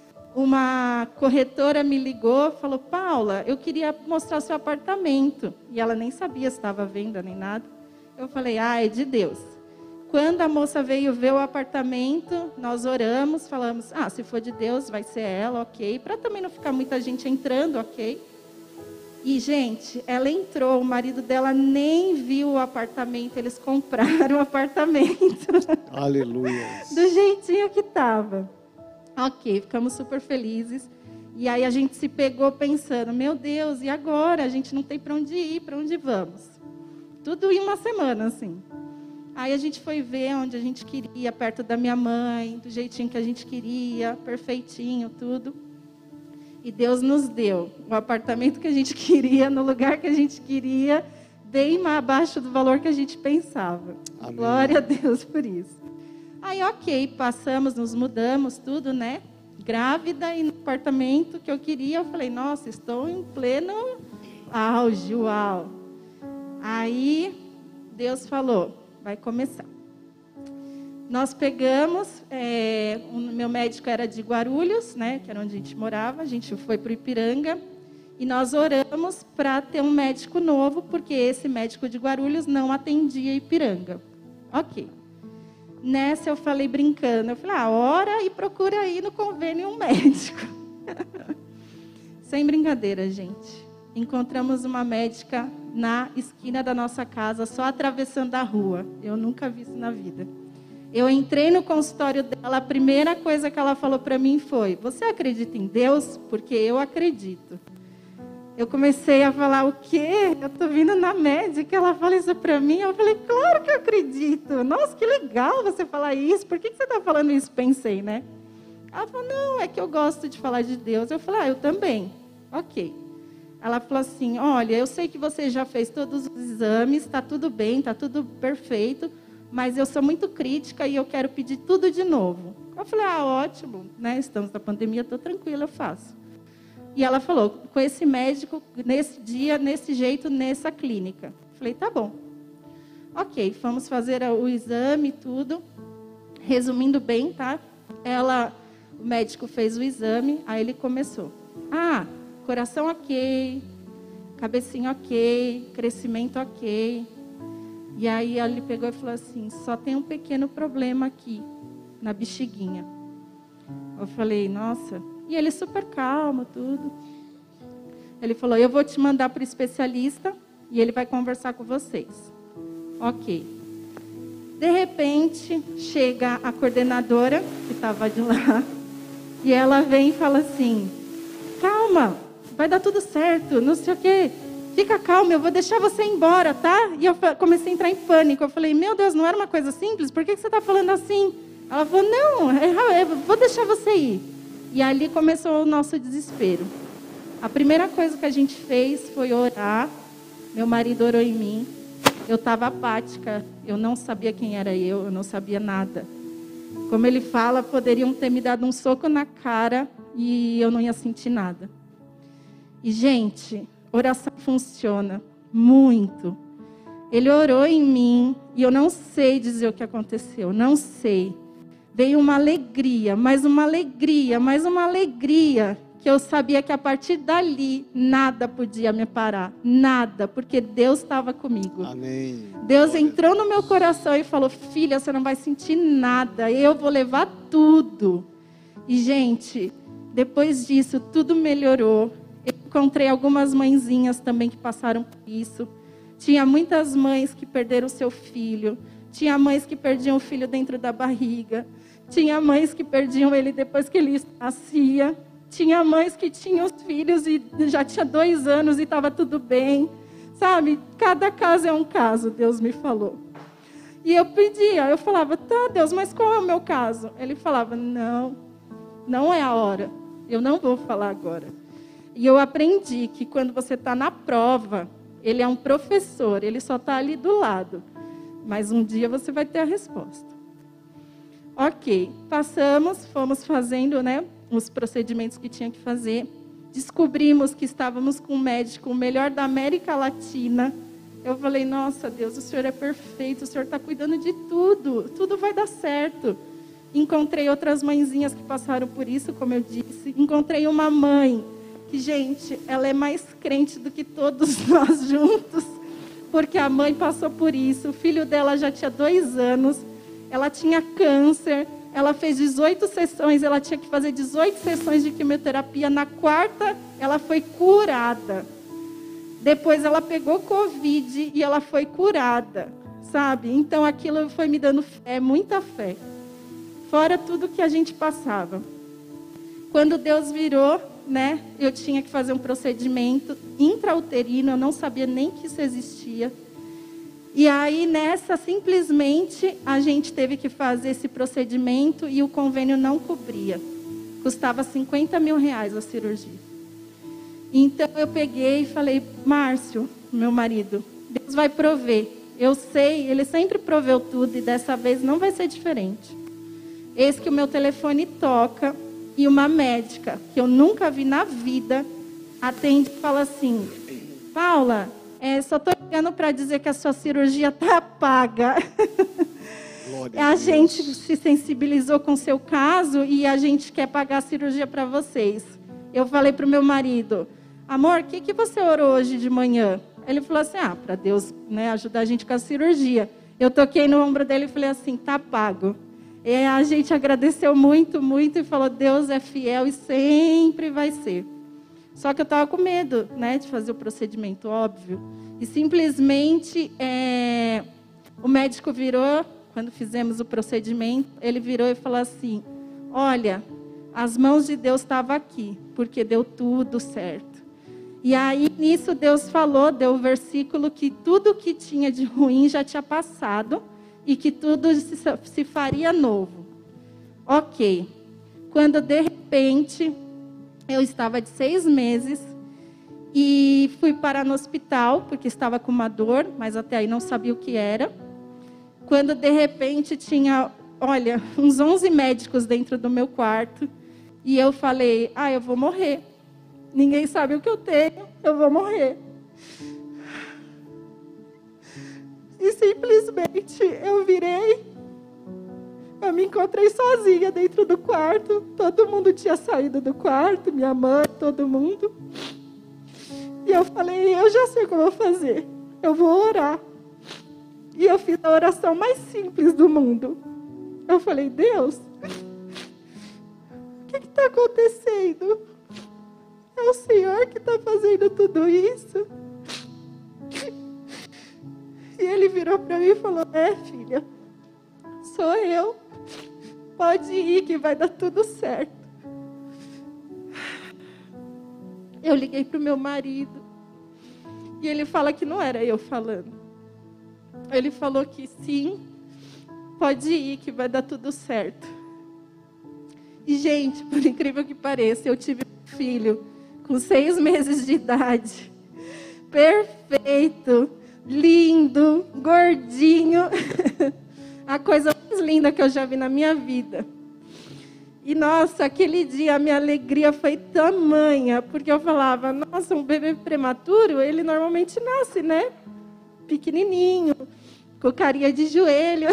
uma corretora me ligou, falou: Paula, eu queria mostrar seu apartamento. E ela nem sabia se estava à venda nem nada. Eu falei: é de Deus. Quando a moça veio ver o apartamento, nós oramos, falamos: se for de Deus, vai ser ela, ok. Para também não ficar muita gente entrando, ok. E, gente, ela entrou, o marido dela nem viu o apartamento, eles compraram o apartamento. Aleluia. Do jeitinho que estava. Ok, ficamos super felizes. E aí a gente se pegou pensando: meu Deus, e agora? A gente não tem para onde ir, para onde vamos? Tudo em uma semana, assim. Aí a gente foi ver onde a gente queria, perto da minha mãe, do jeitinho que a gente queria, perfeitinho, tudo. E Deus nos deu o apartamento que a gente queria, no lugar que a gente queria, bem mais abaixo do valor que a gente pensava. Amém. Glória a Deus por isso. Aí, ok, passamos, nos mudamos, tudo, né? Grávida e no apartamento que eu queria, eu falei: nossa, estou em pleno auge, uau. Aí, Deus falou: vai começar. Nós pegamos, o meu médico era de Guarulhos, né, que era onde a gente morava, a gente foi para o Ipiranga, e nós oramos para ter um médico novo, porque esse médico de Guarulhos não atendia Ipiranga. Ok. Nessa eu falei brincando, eu falei: ora e procura aí no convênio um médico. Sem brincadeira, gente. Encontramos uma médica na esquina da nossa casa, só atravessando a rua. Eu nunca vi isso na vida. Eu entrei no consultório dela, a primeira coisa que ela falou para mim foi: você acredita em Deus? Porque eu acredito. Eu comecei a falar, o quê? Eu estou vindo na médica, ela fala isso para mim. Eu falei, claro que eu acredito. Nossa, que legal você falar isso. Por que você está falando isso? Pensei, né? Ela falou, não, é que eu gosto de falar de Deus. Eu falei, eu também. Ok. Ela falou assim, olha, eu sei que você já fez todos os exames, está tudo bem, está tudo perfeito, mas eu sou muito crítica e eu quero pedir tudo de novo. Eu falei, ótimo, né? Estamos na pandemia, estou tranquila, eu faço. E ela falou, com esse médico, nesse dia, nesse jeito, nessa clínica. Eu falei, tá bom. Ok, fomos fazer o exame e tudo. Resumindo bem, tá? O médico fez o exame, aí ele começou. Coração ok, cabecinha ok, crescimento ok. E aí ele pegou e falou assim, só tem um pequeno problema aqui, na bexiguinha. Eu falei, nossa... E ele super calmo, tudo. Ele falou, eu vou te mandar para o especialista e ele vai conversar com vocês. Ok. De repente, chega a coordenadora, que estava de lá, e ela vem e fala assim, calma, vai dar tudo certo, não sei o quê. Fica calma, eu vou deixar você ir embora, tá? E eu comecei a entrar em pânico. Eu falei, meu Deus, não era uma coisa simples? Por que você está falando assim? Ela falou, não, eu vou deixar você ir. E ali começou o nosso desespero. A primeira coisa que a gente fez foi orar. Meu marido orou em mim. Eu estava apática. Eu não sabia quem era eu não sabia nada. Como ele fala, poderiam ter me dado um soco na cara e eu não ia sentir nada. E, gente, oração funciona muito. Ele orou em mim e eu não sei dizer o que aconteceu. Não sei. Veio uma alegria, mais uma alegria, mais uma alegria, que eu sabia que a partir dali, nada podia me parar, nada, porque Deus estava comigo. Amém. Deus entrou no meu coração e falou, filha, você não vai sentir nada, eu vou levar tudo. E, gente, depois disso, tudo melhorou. Eu encontrei algumas mãezinhas também que passaram por isso. Tinha muitas mães que perderam o seu filho, tinha mães que perdiam o filho dentro da barriga, tinha mães que perdiam ele depois que ele nascia. Tinha mães que tinham os filhos e já tinha 2 anos e estava tudo bem. Sabe? Cada caso é um caso, Deus me falou. E eu pedia, eu falava, tá, Deus, mas qual é o meu caso? Ele falava, não é a hora. Eu não vou falar agora. E eu aprendi que quando você está na prova, ele é um professor, ele só está ali do lado. Mas um dia você vai ter a resposta. Ok, passamos, fomos fazendo, né, os procedimentos que tinha que fazer. Descobrimos que estávamos com um médico, o melhor da América Latina. Eu falei, nossa, Deus, o Senhor é perfeito, o Senhor está cuidando de tudo, tudo vai dar certo. Encontrei outras mãezinhas que passaram por isso, como eu disse. Encontrei uma mãe que, gente, ela é mais crente do que todos nós juntos, porque a mãe passou por isso. O filho dela já tinha 2 anos. Ela tinha câncer, ela fez 18 sessões, ela tinha que fazer 18 sessões de quimioterapia. Na 4ª, ela foi curada. Depois ela pegou Covid e ela foi curada, sabe? Então aquilo foi me dando fé, muita fé. Fora tudo que a gente passava. Quando Deus virou, né, eu tinha que fazer um procedimento intrauterino, eu não sabia nem que isso existia. E aí, nessa, simplesmente, a gente teve que fazer esse procedimento e o convênio não cobria. Custava R$50 mil a cirurgia. Então, eu peguei e falei, Márcio, meu marido, Deus vai prover. Eu sei, ele sempre proveu tudo e dessa vez não vai ser diferente. Eis que o meu telefone toca e uma médica, que eu nunca vi na vida, atende e fala assim, Paula, só estou ligando para dizer que a sua cirurgia está paga. A gente se sensibilizou com o seu caso e a gente quer pagar a cirurgia para vocês. Eu falei para o meu marido, amor, o que você orou hoje de manhã? Ele falou assim, para Deus, né, ajudar a gente com a cirurgia. Eu toquei no ombro dele e falei assim, tá pago. E a gente agradeceu muito, muito e falou, Deus é fiel e sempre vai ser. Só que eu estava com medo, né, de fazer o procedimento, óbvio. E simplesmente o médico virou, quando fizemos o procedimento, ele virou e falou assim, olha, as mãos de Deus estavam aqui, porque deu tudo certo. E aí, nisso, Deus falou, deu o versículo que tudo que tinha de ruim já tinha passado e que tudo se faria novo. Ok. Quando, de repente, eu estava de 6 meses e fui parar no hospital, porque estava com uma dor, mas até aí não sabia o que era. Quando, de repente, tinha, olha, uns 11 médicos dentro do meu quarto. E eu falei, eu vou morrer. Ninguém sabe o que eu tenho, eu vou morrer. E simplesmente eu virei, eu me encontrei sozinha dentro do quarto. Todo mundo tinha saído do quarto, minha mãe, todo mundo. E eu falei, eu já sei o que eu vou fazer. Eu vou orar. E eu fiz a oração mais simples do mundo. Eu falei, Deus, o que está acontecendo? É o Senhor que está fazendo tudo isso? E ele virou para mim e falou, filha, sou eu. Pode ir que vai dar tudo certo. Eu liguei para o meu marido. E ele fala que não era eu falando. Ele falou que sim, pode ir que vai dar tudo certo. E, gente, por incrível que pareça, eu tive um filho com 6 meses de idade. Perfeito, lindo, gordinho. A coisa mais linda que eu já vi na minha vida. E, nossa, aquele dia a minha alegria foi tamanha, porque eu falava, nossa, um bebê prematuro, ele normalmente nasce, né? Pequenininho, com carinha de joelho.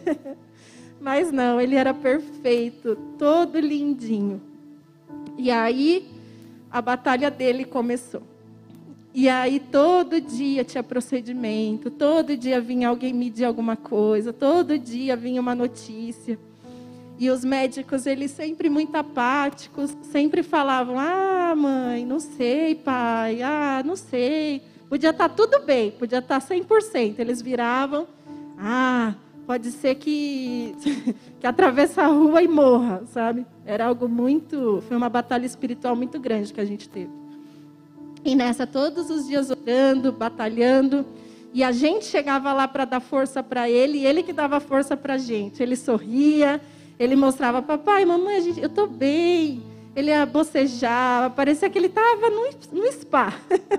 Mas não, ele era perfeito, todo lindinho. E aí, a batalha dele começou. E aí, todo dia tinha procedimento, todo dia vinha alguém medir alguma coisa, todo dia vinha uma notícia. E os médicos, eles sempre muito apáticos, sempre falavam, mãe, não sei, pai, não sei. Podia estar tudo bem, podia estar 100%. Eles viravam, pode ser que atravessa a rua e morra, sabe? Era algo foi uma batalha espiritual muito grande que a gente teve. E nessa, todos os dias orando, batalhando, e a gente chegava lá para dar força para ele, e ele que dava força para a gente. Ele sorria, ele mostrava, papai, mamãe, eu estou bem. Ele bocejava, parecia que ele estava no spa.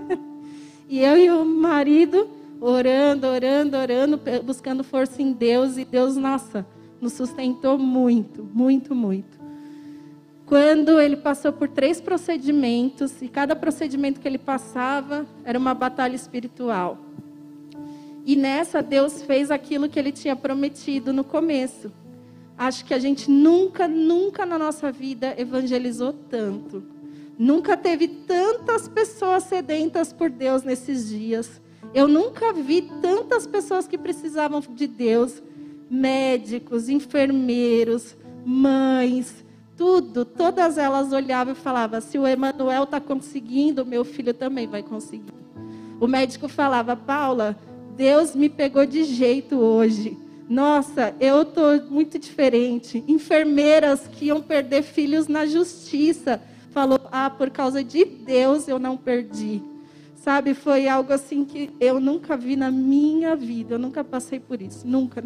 E eu e o marido orando, buscando força em Deus. E Deus, nossa, nos sustentou muito, muito, muito. Quando ele passou por 3 procedimentos, e cada procedimento que ele passava era uma batalha espiritual. E nessa, Deus fez aquilo que ele tinha prometido no começo. Acho que a gente nunca na nossa vida evangelizou tanto. Nunca teve tantas pessoas sedentas por Deus nesses dias. Eu nunca vi tantas pessoas que precisavam de Deus. Médicos, enfermeiros, mães, tudo. Todas elas olhavam e falavam, se o Emanuel está conseguindo, meu filho também vai conseguir. O médico falava, Paula, Deus me pegou de jeito hoje. Nossa, eu estou muito diferente. Enfermeiras que iam perder filhos na justiça. Falou, por causa de Deus eu não perdi. Sabe, foi algo assim que eu nunca vi na minha vida. Eu nunca passei por isso. Nunca.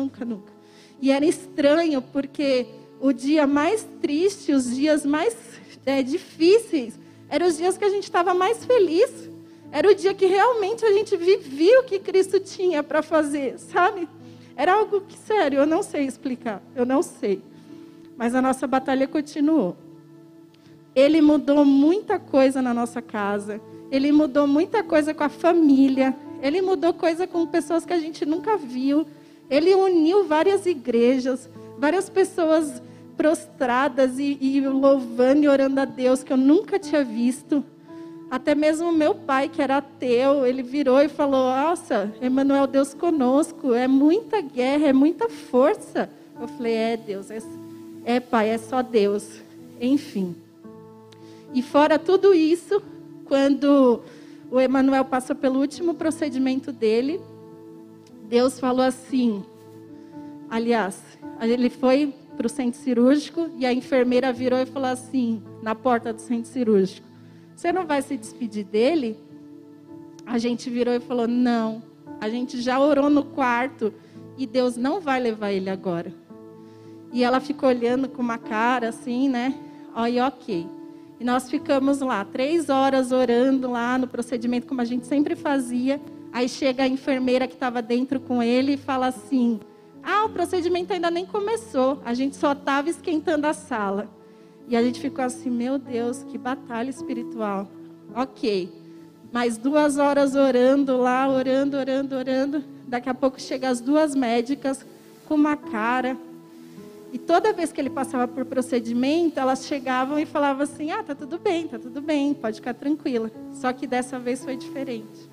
E era estranho, porque o dia mais triste, os dias mais difíceis, eram os dias que a gente estava mais feliz. Era o dia que realmente a gente vivia o que Cristo tinha para fazer, sabe? Era algo que, sério, eu não sei explicar. Eu não sei. Mas a nossa batalha continuou. Ele mudou muita coisa na nossa casa. Ele mudou muita coisa com a família. Ele mudou coisa com pessoas que a gente nunca viu. Ele uniu várias igrejas, várias pessoas prostradas e louvando e orando a Deus que eu nunca tinha visto. Até mesmo meu pai, que era ateu, ele virou e falou, nossa, Emanuel, Deus conosco, é muita guerra, é muita força. Eu falei, Deus, pai, é só Deus. Enfim. E fora tudo isso, quando o Emanuel passou pelo último procedimento dele, Deus falou assim, aliás, ele foi para o centro cirúrgico e a enfermeira virou e falou assim, na porta do centro cirúrgico, você não vai se despedir dele? A gente virou e falou, não, a gente já orou no quarto e Deus não vai levar ele agora. E ela ficou olhando com uma cara assim, né? Aí, ok. E nós ficamos lá 3 horas orando lá no procedimento, como a gente sempre fazia. Aí chega a enfermeira que estava dentro com ele e fala assim, o procedimento ainda nem começou, a gente só estava esquentando a sala. E a gente ficou assim, meu Deus, que batalha espiritual. Ok. Mais 2 horas orando lá, orando. Daqui a pouco chegam as 2 médicas com uma cara. E toda vez que ele passava por procedimento, elas chegavam e falavam assim, tá tudo bem, pode ficar tranquila. Só que dessa vez foi diferente.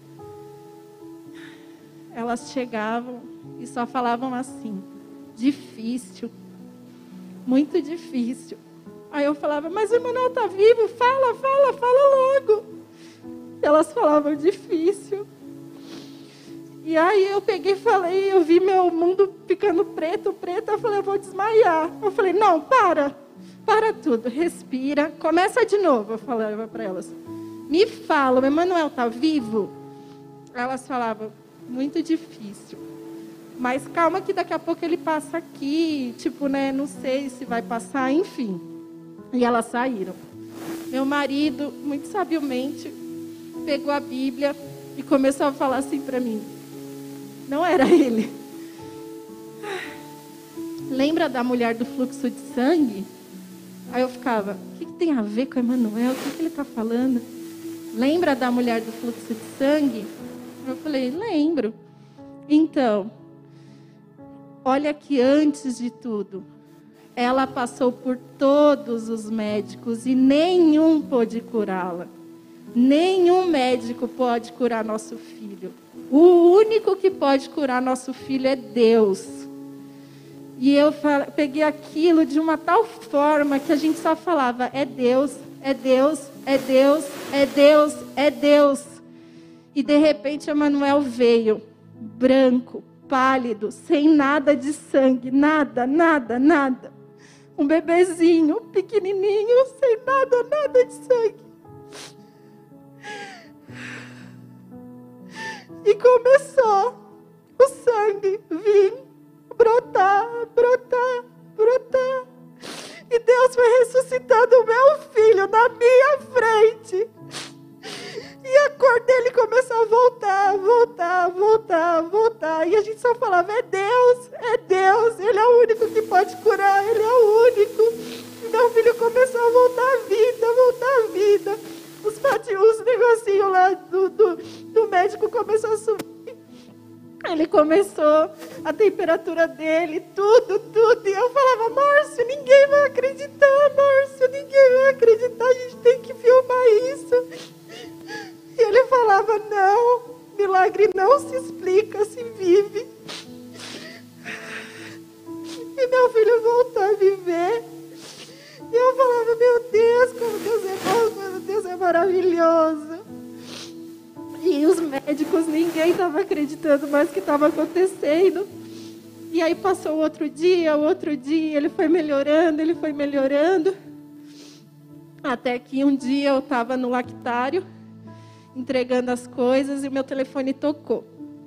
Elas chegavam e só falavam assim, difícil, muito difícil. Aí eu falava, mas o Emanuel está vivo, fala logo. Elas falavam, difícil. E aí eu peguei e falei, eu vi meu mundo ficando preto, eu falei, eu vou desmaiar. Eu falei, não, para tudo, respira, começa de novo, eu falava para elas. Me fala, o Emanuel está vivo? Elas falavam, muito difícil. Mas calma que daqui a pouco ele passa aqui, não sei se vai passar, enfim. E elas saíram. Meu marido, muito sabiamente, pegou a Bíblia e começou a falar assim para mim. Não era ele. Lembra da mulher do fluxo de sangue? Aí eu ficava, o que tem a ver com o Emanuel? O que ele está falando? Lembra da mulher do fluxo de sangue? Eu falei, lembro. Então, olha que antes de tudo, ela passou por todos os médicos e nenhum pôde curá-la. Nenhum médico pode curar nosso filho. O único que pode curar nosso filho é Deus. E eu peguei aquilo de uma tal forma que a gente só falava, é Deus, é Deus, é Deus, é Deus, é Deus. E de repente Emanuel veio, branco, pálido, sem nada de sangue, nada. Um bebezinho, pequenininho, sem nada de sangue. E começou o sangue vir, brotar. E Deus foi ressuscitando o meu filho na minha frente. E a cor dele começou a voltar. E a gente só falava, é Deus. Ele é o único que pode curar, ele é o único. E meu filho começou a voltar à vida. Os negocinhos lá do médico começou a subir. Ele começou, a temperatura dele, tudo. E eu falava, Márcio, ninguém vai acreditar, a gente tem que filmar isso. E ele falava, não, milagre não se explica, se vive. E meu filho voltou a viver. E eu falava, meu Deus, como Deus é bom, como Deus é maravilhoso. E os médicos, ninguém estava acreditando mais o que estava acontecendo. E aí passou outro dia, ele foi melhorando. Até que um dia eu estava no lactário, entregando as coisas, e o meu telefone tocou.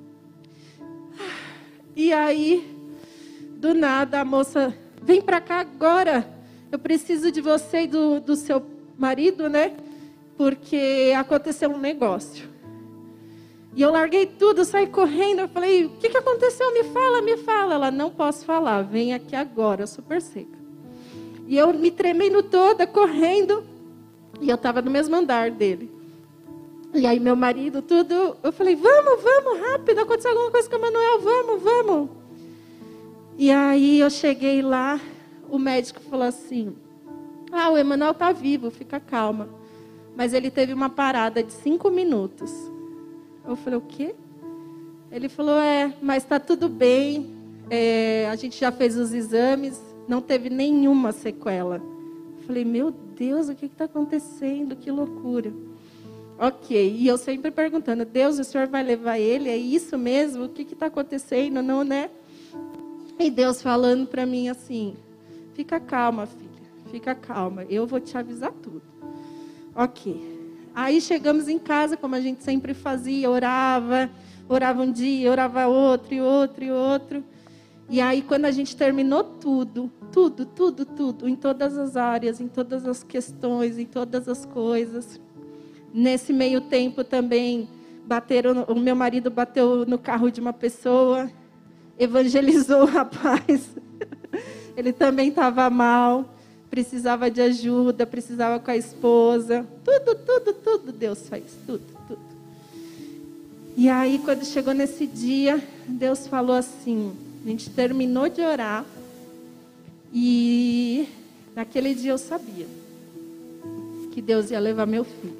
E aí, do nada, a moça, vem para cá agora. Eu preciso de você e do seu marido, né? Porque aconteceu um negócio. E eu larguei tudo, saí correndo. Eu falei, o que aconteceu? Me fala. Ela, não posso falar, vem aqui agora, super seca. E eu me tremendo toda, correndo. E eu estava no mesmo andar dele. E aí meu marido, tudo... Eu falei, vamos, rápido, aconteceu alguma coisa com o Emanuel, vamos. E aí eu cheguei lá, o médico falou assim, o Emanuel está vivo, fica calma. Mas ele teve uma parada de 5 minutos. Eu falei, o quê? Ele falou, mas está tudo bem, a gente já fez os exames, não teve nenhuma sequela. Eu falei, meu Deus, o que está acontecendo? Que loucura. Ok, e eu sempre perguntando, Deus, o Senhor vai levar ele? É isso mesmo? O que está acontecendo? Não, né? E Deus falando para mim assim, fica calma, filha, fica calma, eu vou te avisar tudo. Ok. Aí chegamos em casa, como a gente sempre fazia, orava um dia, orava outro, e outro, e outro. E aí, quando a gente terminou tudo, em todas as áreas, em todas as questões, em todas as coisas. Nesse meio tempo também, o meu marido bateu no carro de uma pessoa, evangelizou o rapaz. Ele também estava mal, precisava de ajuda, precisava com a esposa. Tudo Deus faz, tudo. E aí, quando chegou nesse dia, Deus falou assim, a gente terminou de orar, e naquele dia eu sabia que Deus ia levar meu filho.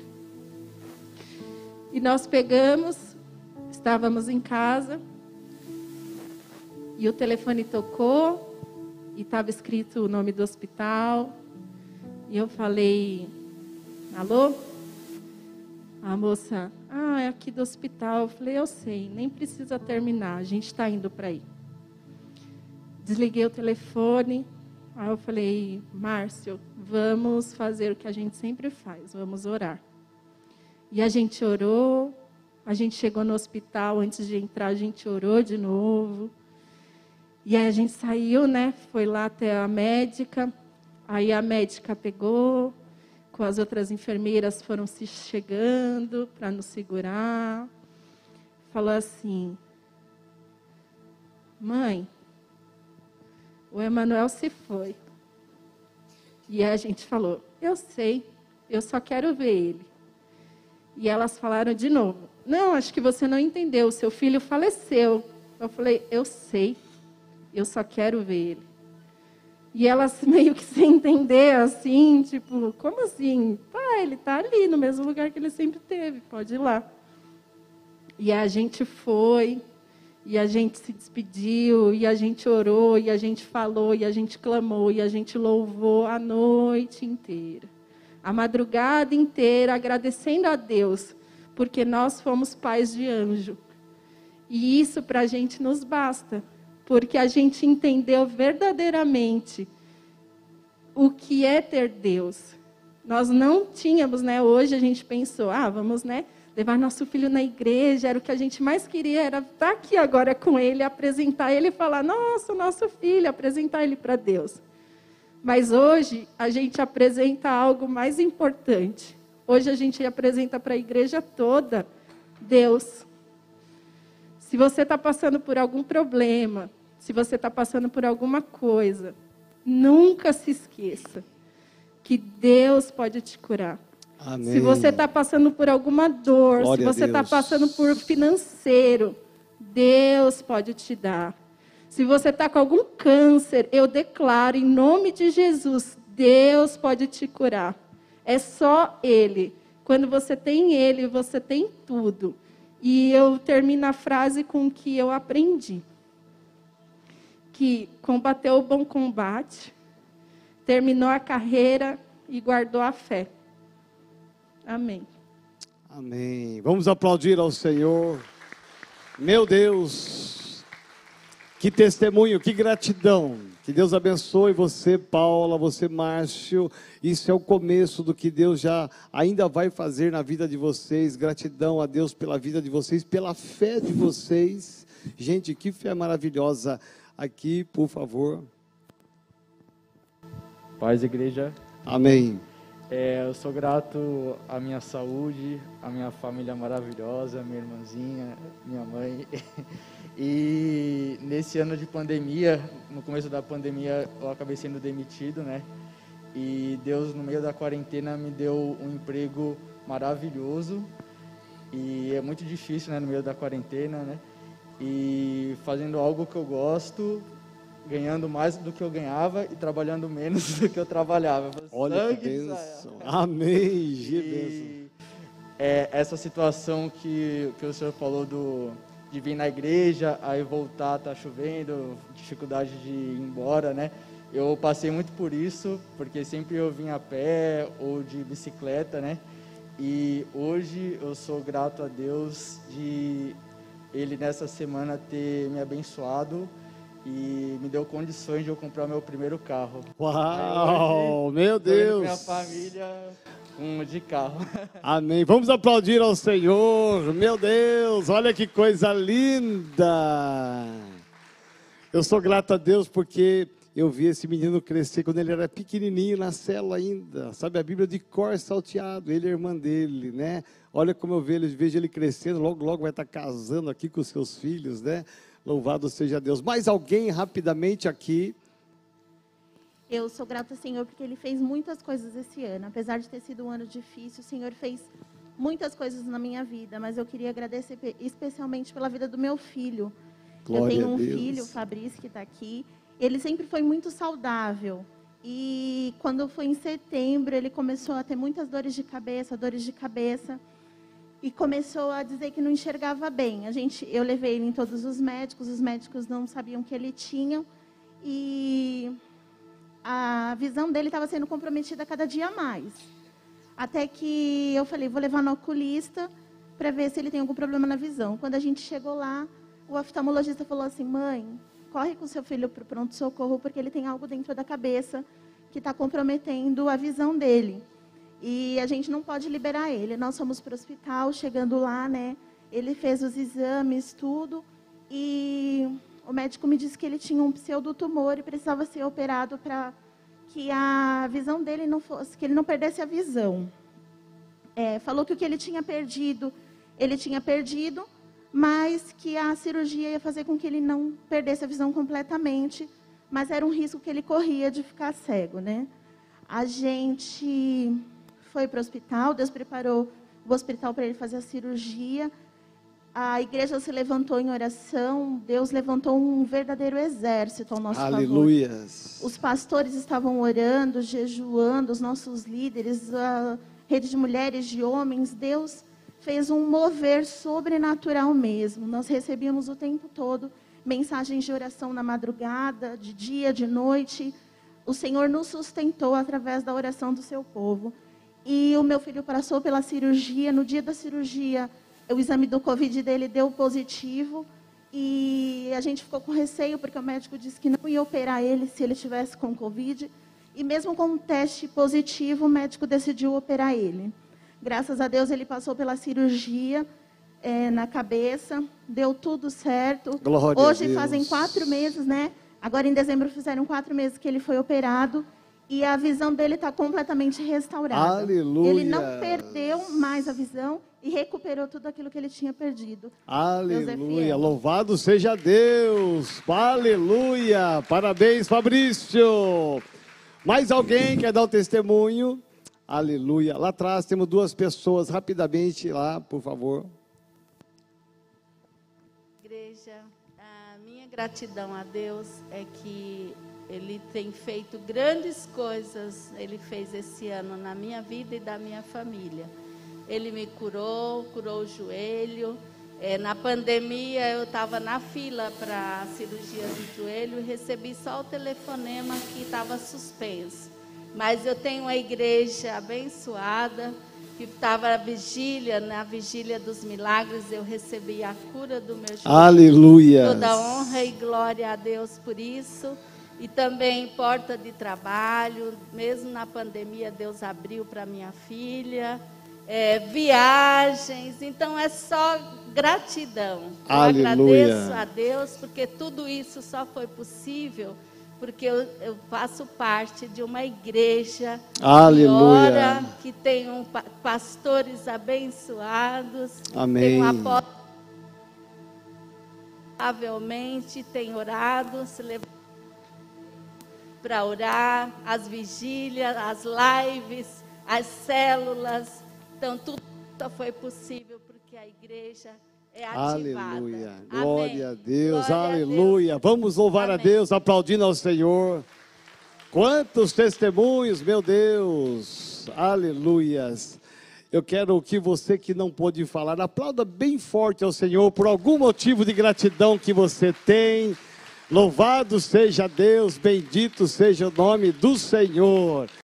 E nós pegamos, estávamos em casa, e o telefone tocou, e estava escrito o nome do hospital. E eu falei, alô? A moça, é aqui do hospital. Eu falei, eu sei, nem precisa terminar, a gente está indo para aí. Desliguei o telefone, aí eu falei, Márcio, vamos fazer o que a gente sempre faz, vamos orar. E a gente orou, a gente chegou no hospital, antes de entrar a gente orou de novo. E aí a gente saiu, né? Foi lá até a médica. Aí a médica pegou, com as outras enfermeiras foram se chegando para nos segurar. Falou assim, mãe, o Emanuel se foi. E aí a gente falou, eu sei, eu só quero ver ele. E elas falaram de novo, não, acho que você não entendeu, seu filho faleceu. Eu falei, eu sei. Eu só quero ver ele. E elas meio que sem entender, assim, tipo, como assim? Ele está ali, no mesmo lugar que ele sempre teve, pode ir lá. E a gente foi, e a gente se despediu, e a gente orou, e a gente falou, e a gente clamou, e a gente louvou a noite inteira. A madrugada inteira, agradecendo a Deus, porque nós fomos pais de anjo. E isso para a gente nos basta. Porque a gente entendeu verdadeiramente o que é ter Deus. Nós não tínhamos, né? Hoje a gente pensou, vamos, né, levar nosso filho na igreja, era o que a gente mais queria, era estar aqui agora com ele, apresentar ele e falar, nossa, nosso filho, apresentar ele para Deus. Mas hoje a gente apresenta algo mais importante. Hoje a gente apresenta para a igreja toda Deus. Se você está passando por algum problema, se você está passando por alguma coisa, nunca se esqueça que Deus pode te curar. Amém. Se você está passando por alguma dor, Glória se você está passando por financeiro, Deus pode te dar. Se você está com algum câncer, eu declaro em nome de Jesus, Deus pode te curar. É só Ele. Quando você tem Ele, você tem tudo. E eu termino a frase com o que eu aprendi. Que combateu o bom combate, terminou a carreira e guardou a fé. Amém. Amém. Vamos aplaudir ao Senhor. Meu Deus, que testemunho, que gratidão. Que Deus abençoe você, Paula, você, Márcio. Isso é o começo do que Deus já ainda vai fazer na vida de vocês. Gratidão a Deus pela vida de vocês, pela fé de vocês. Gente, que fé maravilhosa. Aqui, por favor. Paz, igreja. Amém. Eu sou grato à minha saúde, à minha família maravilhosa, minha irmãzinha, minha mãe. E nesse ano de pandemia, no começo da pandemia, eu acabei sendo demitido, né? E Deus, no meio da quarentena, me deu um emprego maravilhoso. E é muito difícil, né, no meio da quarentena, né? E fazendo algo que eu gosto, ganhando mais do que eu ganhava e trabalhando menos do que eu trabalhava. Olha que bênção. Amém. E essa situação que o senhor falou de vir na igreja, aí voltar, tá chovendo, dificuldade de ir embora, né? Eu passei muito por isso, porque sempre eu vim a pé ou de bicicleta, né? E hoje eu sou grato a Deus de Ele nessa semana ter me abençoado e me deu condições de eu comprar meu primeiro carro. Uau, hoje, meu Deus! Minha família de carro. Amém. Vamos aplaudir ao Senhor. Meu Deus, olha que coisa linda. Eu sou grato a Deus porque eu vi esse menino crescer quando ele era pequenininho na célula ainda. Sabe, a Bíblia de cor salteado, ele e a irmã dele, né? Olha como eu vejo ele crescendo, logo, logo vai estar casando aqui com os seus filhos, né? Louvado seja Deus. Mais alguém rapidamente aqui? Eu sou grata ao Senhor porque Ele fez muitas coisas esse ano. Apesar de ter sido um ano difícil, o Senhor fez muitas coisas na minha vida. Mas eu queria agradecer especialmente pela vida do meu filho. Glória eu tenho a um Deus. filho, o Fabrício, que está aqui. Ele sempre foi muito saudável. E quando foi em setembro, ele começou a ter muitas dores de cabeça. E começou a dizer que não enxergava bem. Eu levei ele em todos os médicos não sabiam o que ele tinha. E a visão dele estava sendo comprometida cada dia mais. Até que eu falei, vou levar no oculista para ver se ele tem algum problema na visão. Quando a gente chegou lá, o oftalmologista falou assim, mãe, corre com seu filho para o pronto-socorro, porque ele tem algo dentro da cabeça que está comprometendo a visão dele. E a gente não pode liberar ele. Nós fomos para o hospital, chegando lá, né? Ele fez os exames, tudo, e o médico me disse que ele tinha um pseudotumor e precisava ser operado para que a visão dele não fosse, que ele não perdesse a visão. Falou que o que ele tinha perdido, mas que a cirurgia ia fazer com que ele não perdesse a visão completamente, mas era um risco que ele corria de ficar cego, né? A gente foi para o hospital, Deus preparou o hospital para ele fazer a cirurgia. A igreja se levantou em oração, Deus levantou um verdadeiro exército ao nosso Aleluias. favor. Os pastores estavam orando, jejuando, os nossos líderes, a rede de mulheres, de homens. Deus fez um mover sobrenatural mesmo. Nós recebíamos o tempo todo mensagens de oração na madrugada, de dia, de noite. O Senhor nos sustentou através da oração do seu povo. E o meu filho passou pela cirurgia. No dia da cirurgia, o exame do Covid dele deu positivo. E a gente ficou com receio, porque o médico disse que não ia operar ele se ele estivesse com Covid. E mesmo com um teste positivo, o médico decidiu operar ele. Graças a Deus, ele passou pela cirurgia na cabeça. Deu tudo certo. Glória Hoje a Deus. fazem 4 meses, né? Agora, em dezembro, fizeram 4 meses que ele foi operado. E a visão dele está completamente restaurada. Aleluia. Ele não perdeu mais a visão e recuperou tudo aquilo que ele tinha perdido. Aleluia. Louvado seja Deus. Aleluia. Parabéns, Fabrício. Mais alguém quer dar o testemunho? Aleluia. Lá atrás temos 2 pessoas. Rapidamente lá, por favor. Igreja, a minha gratidão a Deus é que Ele tem feito grandes coisas. Ele fez esse ano na minha vida e da minha família. Ele me curou o joelho. Na pandemia eu estava na fila para a cirurgia do joelho e recebi só o telefonema que estava suspenso. Mas eu tenho uma igreja abençoada, que estava na vigília dos milagres, eu recebi a cura do meu joelho. Aleluia. Toda honra e glória a Deus por isso. E também porta de trabalho, mesmo na pandemia, Deus abriu para minha filha. Viagens, então é só gratidão. Eu agradeço a Deus, porque tudo isso só foi possível porque eu faço parte de uma igreja que ora, que tem pastores abençoados. Amém. Tem um apóstolo que tem orado, se levanta para orar, as vigílias, as lives, as células. Então, tudo foi possível porque a igreja é ativada. Aleluia. Amém. Glória a Deus. Glória Aleluia. a Deus. Vamos louvar Amém. a Deus, aplaudindo ao Senhor. Quantos testemunhos, meu Deus. Aleluias. Eu quero que você que não pôde falar, aplauda bem forte ao Senhor por algum motivo de gratidão que você tem. Louvado seja Deus, bendito seja o nome do Senhor.